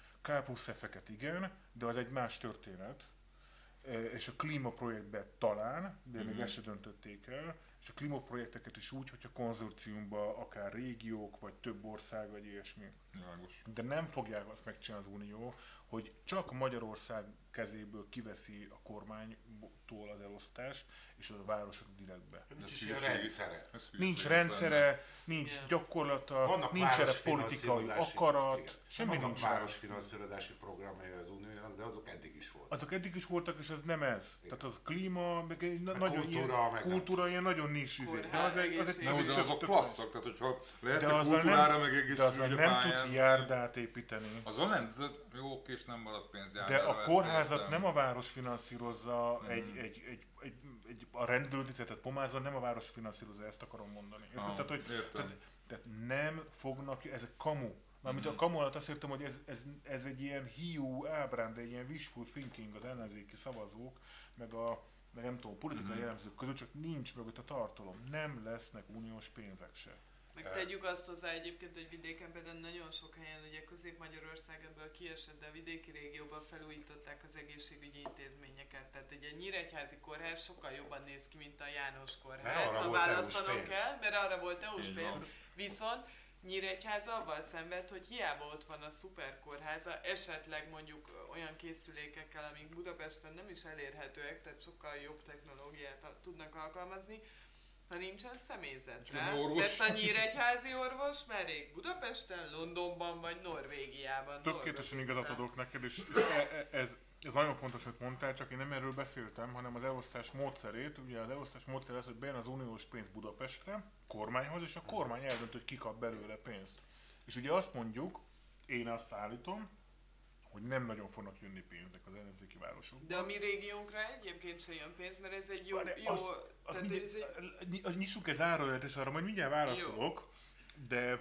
K plusz F-eket igen, de az egy más történet. És a klímaprojektben talán, de még uh-huh. ezt se döntötték el, és a klímaprojekteket is úgy, hogyha konzorciumban akár régiók, vagy több ország, vagy ilyesmi. Világos. De nem fogják azt megcsinálni az Unió, hogy csak Magyarország kezéből kiveszi a kormánytól az elosztást, és az a városok direktbe. Nincs ilyen rendszere. Nincs rendszere, nincs yeah. gyakorlata, vannak nincs erre politikai akarat, igen. semmi vannak nincs. Vannak városfinanszírozási programjai az Uniónak, de azok eddig is voltak. Azok eddig is voltak, és ez nem ez. Igen. Tehát az klíma, meg egy meg nagyon kultúra, ilyen, meg kultúra ilyen nagyon nincs izé. De az egy, az egy nem, de azok klasszak, tehát hogyha lehet de a kultúrára, meg egészségügyre pályázni. De azzal nem tudsz járdát építeni. Azon nem, jó, és nem marad pénz járdára. De a kórházat nem a város finanszírozza, hmm. egy, egy, egy, egy, egy, a rendőrnicetet Pomázon nem a város finanszírozza, ezt akarom mondani. Ah, tehát, hogy, tehát, tehát nem fognak, ezek kamu. Mármint a kamu alatt azt értem, hogy ez, ez, ez egy ilyen hiú ábránd, egy ilyen wishful thinking az ellenzéki szavazók, meg a meg nem tudom, politikai mm-hmm. jellemzők között, csak nincs mögött a tartalom. Nem lesznek uniós pénzek se. Meg tegyük azt hozzá egyébként, hogy vidéken például nagyon sok helyen, ugye Közép-Magyarország ebből kiesett, de a vidéki régióban felújították az egészségügyi intézményeket. Tehát ugye a Nyíregyházi kórház sokkal jobban néz ki, mint a János kórház, ha választanom kell, mert arra volt é u-s pénz. Viszont Nyíregyház avval szenved, hogy hiába ott van a szuperkórháza, esetleg mondjuk olyan készülékekkel, amik Budapesten nem is elérhetőek, tehát sokkal jobb technológiát tudnak alkalmazni, ha nincsen személyzet rá, mert a nyíregyházi orvos már rég Budapesten, Londonban vagy Norvégiában. Tökéletesen igazat adok neked, és ez, ez nagyon fontos, hogy mondtál, csak én nem erről beszéltem, hanem az elosztás módszerét. Ugye az elosztás módszer az, hogy bejön az uniós pénz Budapestre, kormányhoz, és a kormány eldönt, hogy ki kap belőle pénzt. És ugye azt mondjuk, én azt állítom, hogy nem nagyon fognak jönni pénzek az ellenzéki városokban. De a mi régiónkra egyébként se jön pénz, mert ez egy jó... jó az, az mindjárt, ez egy... Nyissuk ez árajöhet, és arra majd mindjárt válaszolok, jó. De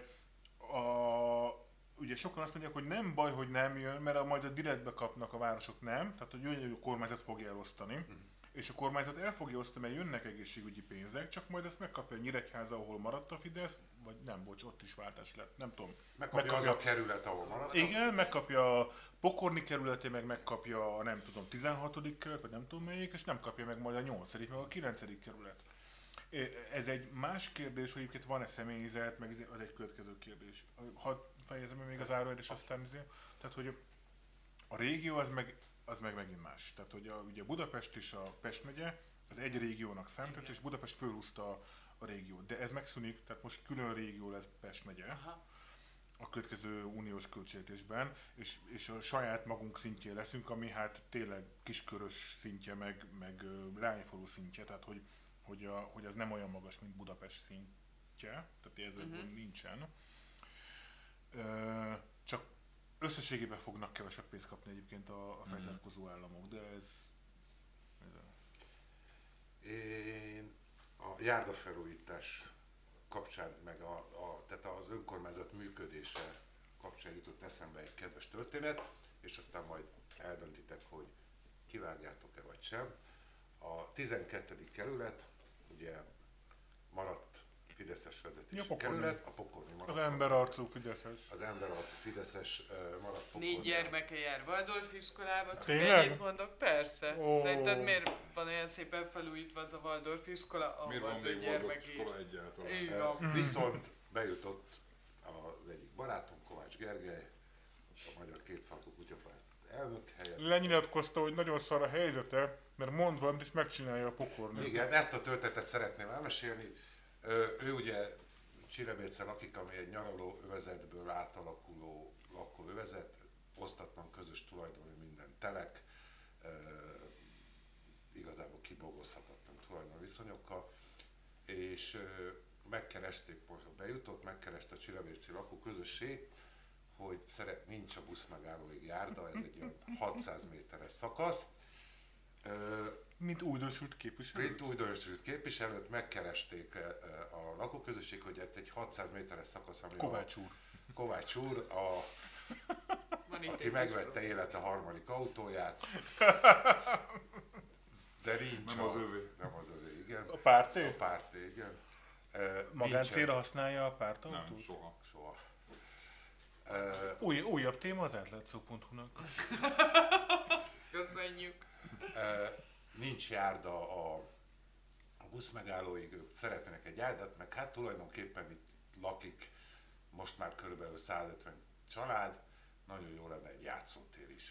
a, ugye sokan azt mondják, hogy nem baj, hogy nem jön, mert a, majd a direktbe kapnak a városok, nem. Tehát, hogy jön, hogy a kormányzat fogja elosztani. Mm. és a kormányzat el fogja osztani, mert jönnek egészségügyi pénzek, csak majd ezt megkapja a Nyíregyháza, ahol maradt a Fidesz, vagy nem, bocs, ott is váltás lett, nem tudom. Megkapja, megkapja az a kerület, ahol maradt. Igen, megkapja a Pokorni kerületé, meg megkapja a nem tudom, tizenhatodik kerület, vagy nem tudom melyik, és nem kapja meg majd a nyolcadik, meg a kilencedik kerület. Ez egy más kérdés, hogy egyébként van-e személyzet, meg az egy következő kérdés. Hadd fejezem még az áruért, és aztán azért. Tehát, hogy a régió az meg, az meg megint más. Tehát, hogy a, ugye Budapest és a Pest megye az egy régiónak számított, és Budapest fölhúzta a, a régiót. De ez megszűnik, tehát most külön régió lesz Pest megye. Aha. A következő uniós költségvetésben, és, és a saját magunk szintjén leszünk, ami hát tényleg kiskörös szintje, meg, meg Leányfalu szintje, tehát hogy, hogy, a, hogy az nem olyan magas, mint Budapest szintje, tehát ezzel uh-huh. nincsen. Ö, csak összességében fognak kevesebb pénzt kapni egyébként a, a felzárkózó államok, de ez... ez a... Én a járdafelújítás kapcsán, meg a, a, tehát az önkormányzat működése kapcsán jutott eszembe egy kedves történet, és aztán majd eldöntitek, hogy kivágjátok-e vagy sem. A tizenkettedik kerület, ugye maradt fideszes vezetésű ja, kerület, a Pokorni maradt. Az emberarcú fideszes. Az emberarcú fideszes uh, maradt Pokorni. Négy gyermeke jár Waldorf iskolába, csak tényleg? ennyit mondok, persze. Oh. Szerinted miért van olyan szépen felújítva az a Waldorf iskola, ahol az egy gyermek iskola egyáltalán? Uh, viszont bejutott az egyik barátom, Kovács Gergely, a Magyar Kétfarkú Kutyapárt elnök helyett. Lenyilatkozta, hogy nagyon szar a helyzete, mert mond van, és megcsinálja a Pokorni. Igen, ezt a történetet szeretném elmesélni. Ő ugye Csiremércen lakik, ami egy nyaraló övezetből átalakuló lakóövezet, osztatlan közös tulajdonú minden telek, e, igazából kibogozhatatlan tulajdonviszonyokkal, és e, megkeresték, most bejutott, megkereste a csiremérci lakóközösség, hogy szeret, nincs a buszmegállóig járda, ez egy olyan hatszáz méteres szakasz. E, Mint újdonsült képviselőt? Mint újdonsült képviselőt megkeresték a lakóközösség, hogy egy hatszáz méteres szakasz, ami Kovács úr. A, Kovács úr, a, aki megvette élete harmadik autóját, de nincs nem a, az övé. Nem az övé, igen. A párté? A párté, igen. Magáncélra használja a pártautót? Nem, soha. Soha. Új, újabb téma az átlátszó pont hu-nak. Köszönjük. Nincs járda a, a buszmegállóig, ők szeretnének egy járdát, meg hát tulajdonképpen itt lakik most már körülbelül százötven család, nagyon jó lenne egy játszótér is.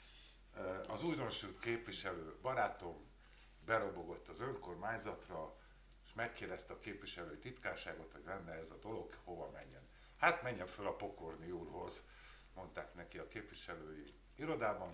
Az újdonsült képviselő barátom berobogott az önkormányzatra, és megkérdezte a képviselői titkárságot, hogy lenne ez a dolog, hova menjen. Hát menjen föl a Pokorni úrhoz, mondták neki a képviselői irodában.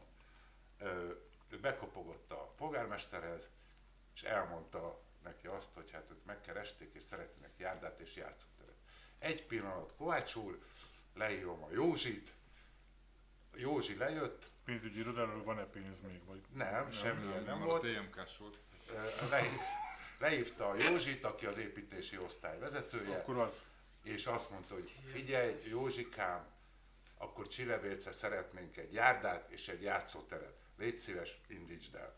Ő bekopogott a polgármesterhez, és elmondta neki azt, hogy hát őt megkeresték, és szeretnének járdát és játszóteret. Egy pillanat, Kovács úr, leírom a Józsit, Józsi lejött. Pénzügyi irodáról van-e pénz még? Vagy? Nem, nem semmilyen nem, nem, nem volt. A té em ká-s volt. Le, lehívta a Józsit, aki az építési osztály vezetője, akkor az. És azt mondta, hogy figyelj, Józsikám, akkor Csillebérce szeretnénk egy járdát és egy játszóteret. Légy szíves, indítsd el.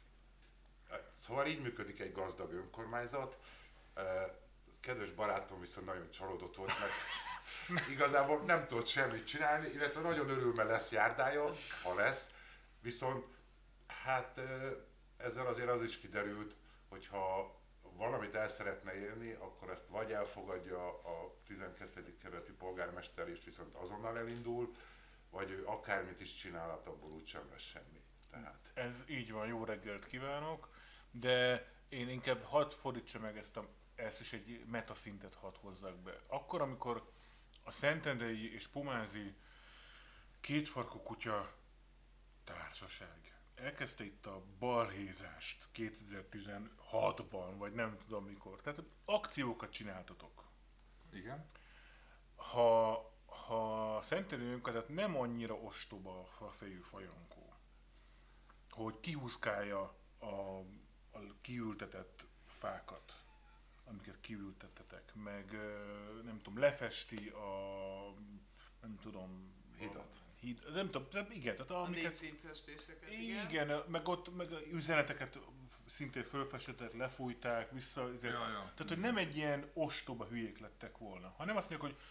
Szóval így működik egy gazdag önkormányzat. Kedves barátom viszont nagyon csalódott volt, mert igazából nem tudott semmit csinálni, illetve nagyon örül, mert lesz járdája, ha lesz. Viszont hát ezzel azért az is kiderült, hogyha valamit el szeretne érni, akkor ezt vagy elfogadja a tizenkettedik kerületi polgármester, és viszont azonnal elindul, vagy ő akármit is csinálhat, abból úgysem lesz semmi. Tehát. Ez így van, jó reggelt kívánok, de én inkább hadd fordítsa meg ezt, a, ezt is egy metaszintet hadd hozzak be. Akkor, amikor a Szentendrei és Pomázi kétfarkú kutya társaság elkezdte itt a balhézást kétezer-tizenhatban, vagy nem tudom mikor, tehát akciókat csináltatok. Igen. Ha, ha Szentendrei önkormányzat nem annyira ostoba a fejű fajankó, hogy kihúzkálja a, a kiültetett fákat, amiket kiültettetek, meg nem tudom, lefesti a, nem tudom, hidat. A híd, nem tudom, de igen, tehát A amiket... négyszínfestéseket, igen. Igen, meg ott meg üzeneteket szintén fölfestettek, lefújták, vissza, ezért, Ja, ja. tehát hogy nem egy ilyen ostoba hülyék lettek volna, hanem azt mondják, hogy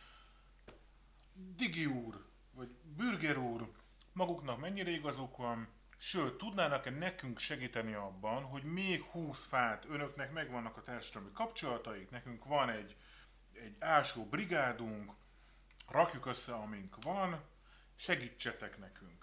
Digi úr, vagy Bürger úr, maguknak mennyire igazuk van, sőt, tudnának-e nekünk segíteni abban, hogy még húsz fát, önöknek megvannak a társadalmi kapcsolataik, nekünk van egy, egy ásó brigádunk, rakjuk össze, amink van, segítsetek nekünk.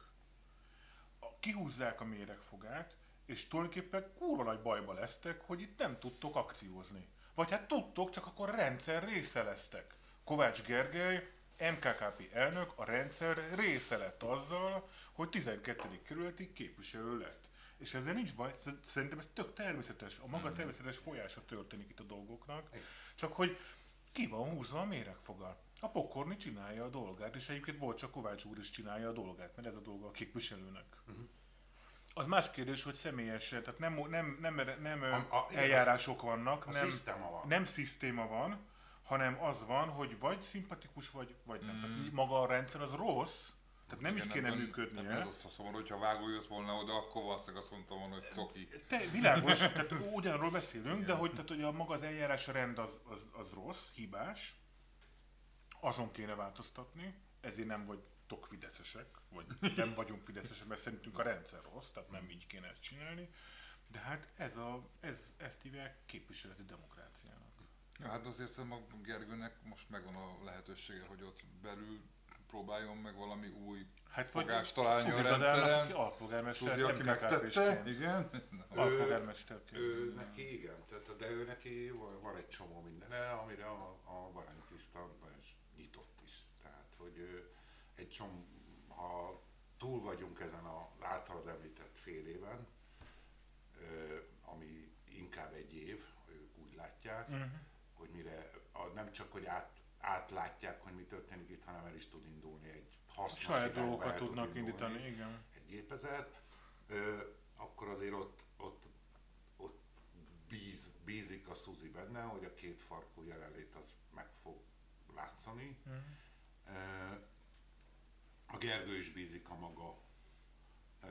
Kihúzzák a méregfogát, és tulajdonképpen kurva nagy bajba lesztek, hogy itt nem tudtok akciózni. Vagy hát tudtok, csak akkor a rendszer része lesztek. Kovács Gergely, em ká ká pé elnök a rendszer része lett azzal, hogy tizenkettedik kerületi képviselő lett. És ezzel nincs baj, szerintem ez tök természetes, a maga természetes folyása történik itt a dolgoknak, csak hogy ki van húzva a méregfoga. A Pokorni csinálja a dolgát, és egyébként Bolcsa Kovács úr is csinálja a dolgát, mert ez a dolga a képviselőnek. Uh-huh. Az más kérdés, hogy személyesen, tehát nem, nem, nem, nem a, a, eljárások vannak, a nem, szisztéma van. nem szisztéma van, hanem az van, hogy vagy szimpatikus vagy, vagy nem. Mm. Tehát maga a rendszer az rossz, tehát nem Igen, így kéne ebben- működnie. ebben Az a szomorú, hogyha Vágó jött volna oda, akkor valószínűleg azt mondtam volna, hogy coki. Te, világos, tehát ugyanarról beszélünk, de hogy, tehát, hogy a maga az eljárás rend az, az, az rossz, hibás, azon kéne változtatni, ezért nem vagytok fideszesek, vagy nem vagyunk fideszesek, mert szerintünk a rendszer rossz, tehát nem így kéne ezt csinálni, de hát ez a, ez, ezt hívják képviseleti demokráciának. Ja, hát azért szerintem a Gergőnek most megvan a lehetősége, hogy ott belül próbáljon meg valami új Hát fogást találni a Suzi Dadának, rendszeren. aki alpolgármester, Suzi, aki em ká ká pé-sként. megtette, igen. Alpolgármesterként. Ő neki igen, tehát, de ő neki van, van egy csomó mindene, amire a, a Baranyi Tiszta nyitott is. Tehát, hogy ő egy csomó, ha túl vagyunk ezen az általad említett fél éven, ö, ami inkább egy év, ők úgy látják, uh-huh. hogy mire a, nem csak, hogy át, átlátják, hogy mi történik itt, hanem el is tud indulni egy hasznos Saját irányba, dolgokat el tud tudnak indulni indítani, igen. egy gépezet, ö, akkor azért ott, ott, ott bíz, bízik a Suzi benne, hogy a két farkú jelenlét az meg fog látszani. Uh-huh. Ö, a Gergő is bízik a maga ö,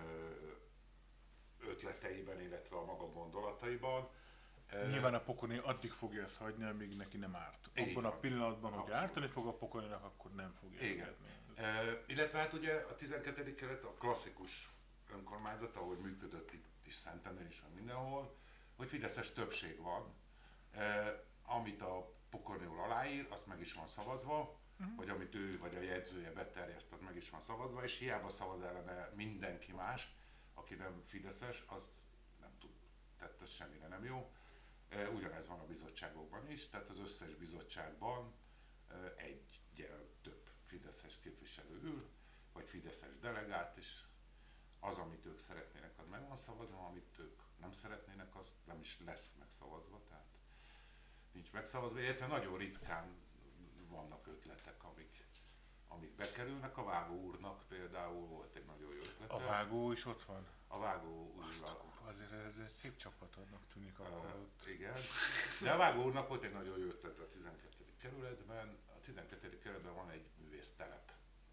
ötleteiben, illetve a maga gondolataiban. Nyilván a Pokorni addig fogja ezt hagyni, amíg neki nem árt. Abban a pillanatban, hogy Abszolút. ártani fog a Pokorninak, akkor nem fogja Igen. engedni. E, illetve hát ugye a tizenkettedik kerület a klasszikus önkormányzat, ahogy működött itt is Szentendrén is, meg mindenhol, hogy fideszes többség van. E, amit a Pokorni úr aláír, azt meg is van szavazva, uh-huh. vagy amit ő vagy a jegyzője beterjeszt, az meg is van szavazva, és hiába szavaz ellene mindenki más, aki nem fideszes, az nem tud, tehát ez semmire nem jó. E, ugyanez van a bizottságokban is, tehát az összes bizottságban e, egyel több fideszes képviselő ül, vagy fideszes delegát, és az, amit ők szeretnének, az meg van szavazva, amit ők nem szeretnének, az nem is lesz megszavazva, tehát nincs megszavazva, illetve nagyon ritkán vannak ötletek, amik, amik bekerülnek. A Vágó úrnak például volt egy nagyon jó ötlete. A Vágó is ott van? A Vágó úrnak. Azért ez egy szép csapatodnak tűnik akkor ott. Uh, igen, de a Vágó úrnak volt egy nagyon jó ötlet a tizenkettedik kerületben. A tizenkettedik kerületben van egy művésztelep,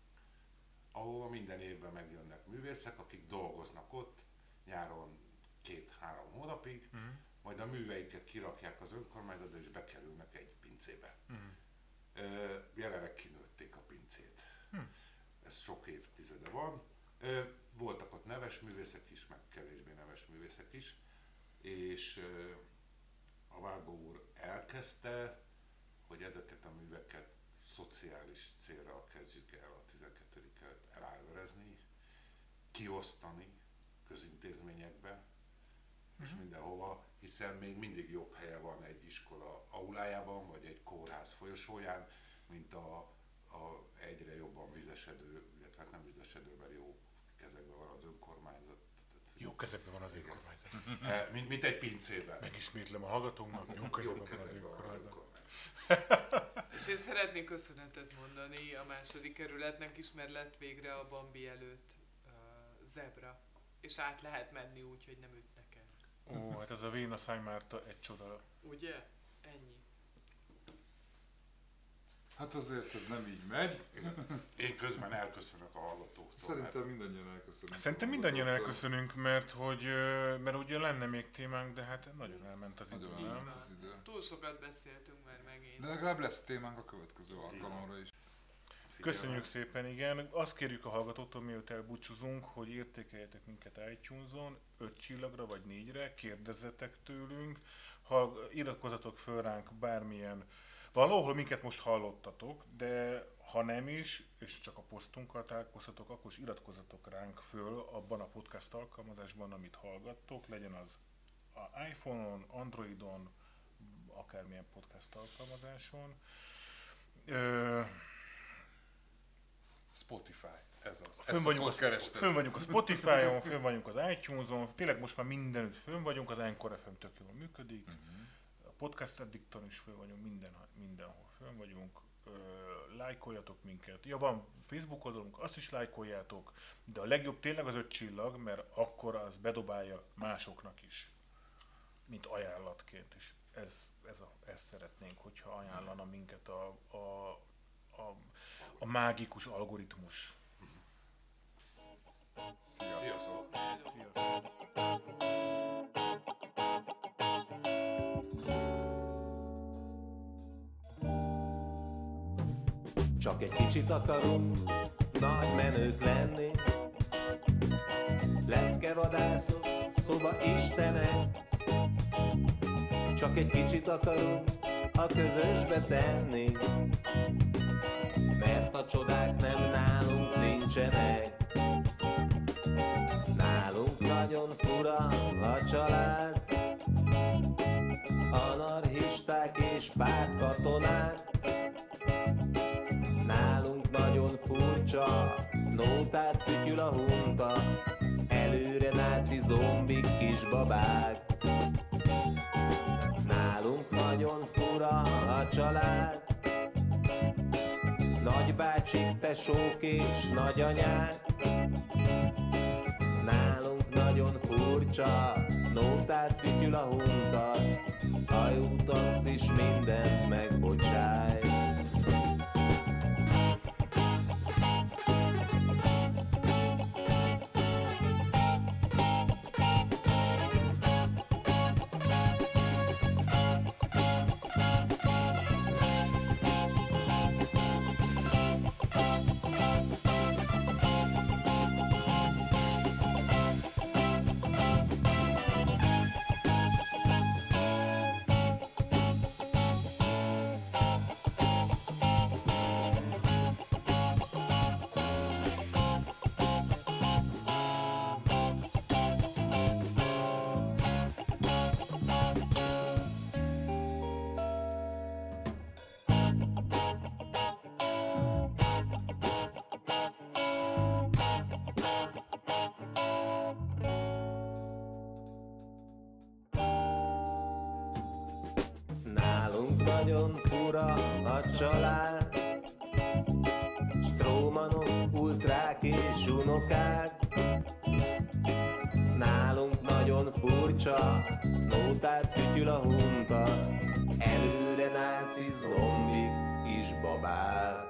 ahol minden évben megjönnek művészek, akik dolgoznak ott nyáron két-három hónapig, uh-huh. majd a műveiket kirakják az önkormányzatba és bekerülnek egy pincébe. Uh-huh. Uh, jelenleg kinőtték a pincét. Uh-huh. Ez sok évtizede van. Uh, voltak ott neves művészek is, meg kevésbé neves művészek is, és uh, a Vágó úr elkezdte, hogy ezeket a műveket szociális célra kezdjük el a tizenkettedik kerület elárverezni, kiosztani közintézményekbe, uh-huh. és mindenhova, hiszen még mindig jobb helye van egy iskola aulájában, vagy egy kórház folyosóján, mint a, a egyre jobban vizesedő, illetve nem vizesedő, mert jó kezekben van az önkormányzat. Jó kezekben van az önkormányzat. mint, mint egy pincében. Megismétlem a hallgatóknak, jó kezekben van az önkormányzat. És én szeretnék köszönetet mondani a második kerületnek is, mert lett végre a Bambi előtt uh, zebra. És át lehet menni úgy, hogy nem ütnek el. Ó, hát ez a Véna Száj Márta egy csoda. Ugye? Ennyi. Hát azért ez nem így megy. Én közben elköszönök a hallgatóktól. Szerintem mindannyian elköszönünk. Szerintem mindannyian elköszönünk, mert hogy mert ugye lenne még témánk, de hát nagyon elment az idő. Nagyon elment az idő. Túl sokat beszéltünk már megint. De legalább lesz témánk a következő alkalomra is. Köszönjük szépen, igen. Azt kérjük a hallgatóktól, mielőtt elbúcsúzunk, hogy értékeljetek minket iTunes-on, öt csillagra vagy négyre, kérdezzetek tőlünk, ha iratkozzatok föl ránk bármilyen, valahol minket most hallottatok, de ha nem is, és csak a posztunkkal találkozhatok, akkor is iratkozzatok ránk föl abban a podcast alkalmazásban, amit hallgattok, legyen az a iPhone-on, Androidon, akármilyen podcast alkalmazáson. Ö, Spotify, ez az. Fönn vagyunk, a, fönn vagyunk a Spotify-on, fönn vagyunk az iTunes-on, tényleg most már mindenütt fönn vagyunk, az Anchor ef em tök jól működik, uh-huh. A Podcast Addicton is fönn vagyunk, minden, mindenhol fönn vagyunk, ö, lájkoljatok minket. Ja, van Facebook oldalunk, azt is lájkoljátok, de a legjobb tényleg az öt csillag, mert akkor az bedobálja másoknak is, mint ajánlatként, és ez, ez a, ezt szeretnénk, hogyha ajánlana minket a, a, a a mágikus algoritmus. Sziasztok! Sziasztok. Csak egy kicsit akarunk nagy menők lenni, lepkevadászok, szoba istenek. Csak egy kicsit akarunk a közösbe tenni, mert a csodák nem nálunk nincsenek. Nálunk nagyon fura a család, anarchisták és pártkatonák. Nálunk nagyon furcsa, nótát fütyül a hunta, előre náci zombik kisbabák. Nálunk nagyon fura a család, nagybácsik, tesók és nagyanyák. Nálunk nagyon furcsa, nótát fütyül a hunta, hajótaxis mindent megbocsáj. Nagyon fura a család, strómanok, ultrák és unokák. Nálunk nagyon furcsa, nótát fütyül a hunta, előre náci zombik, kisbabák.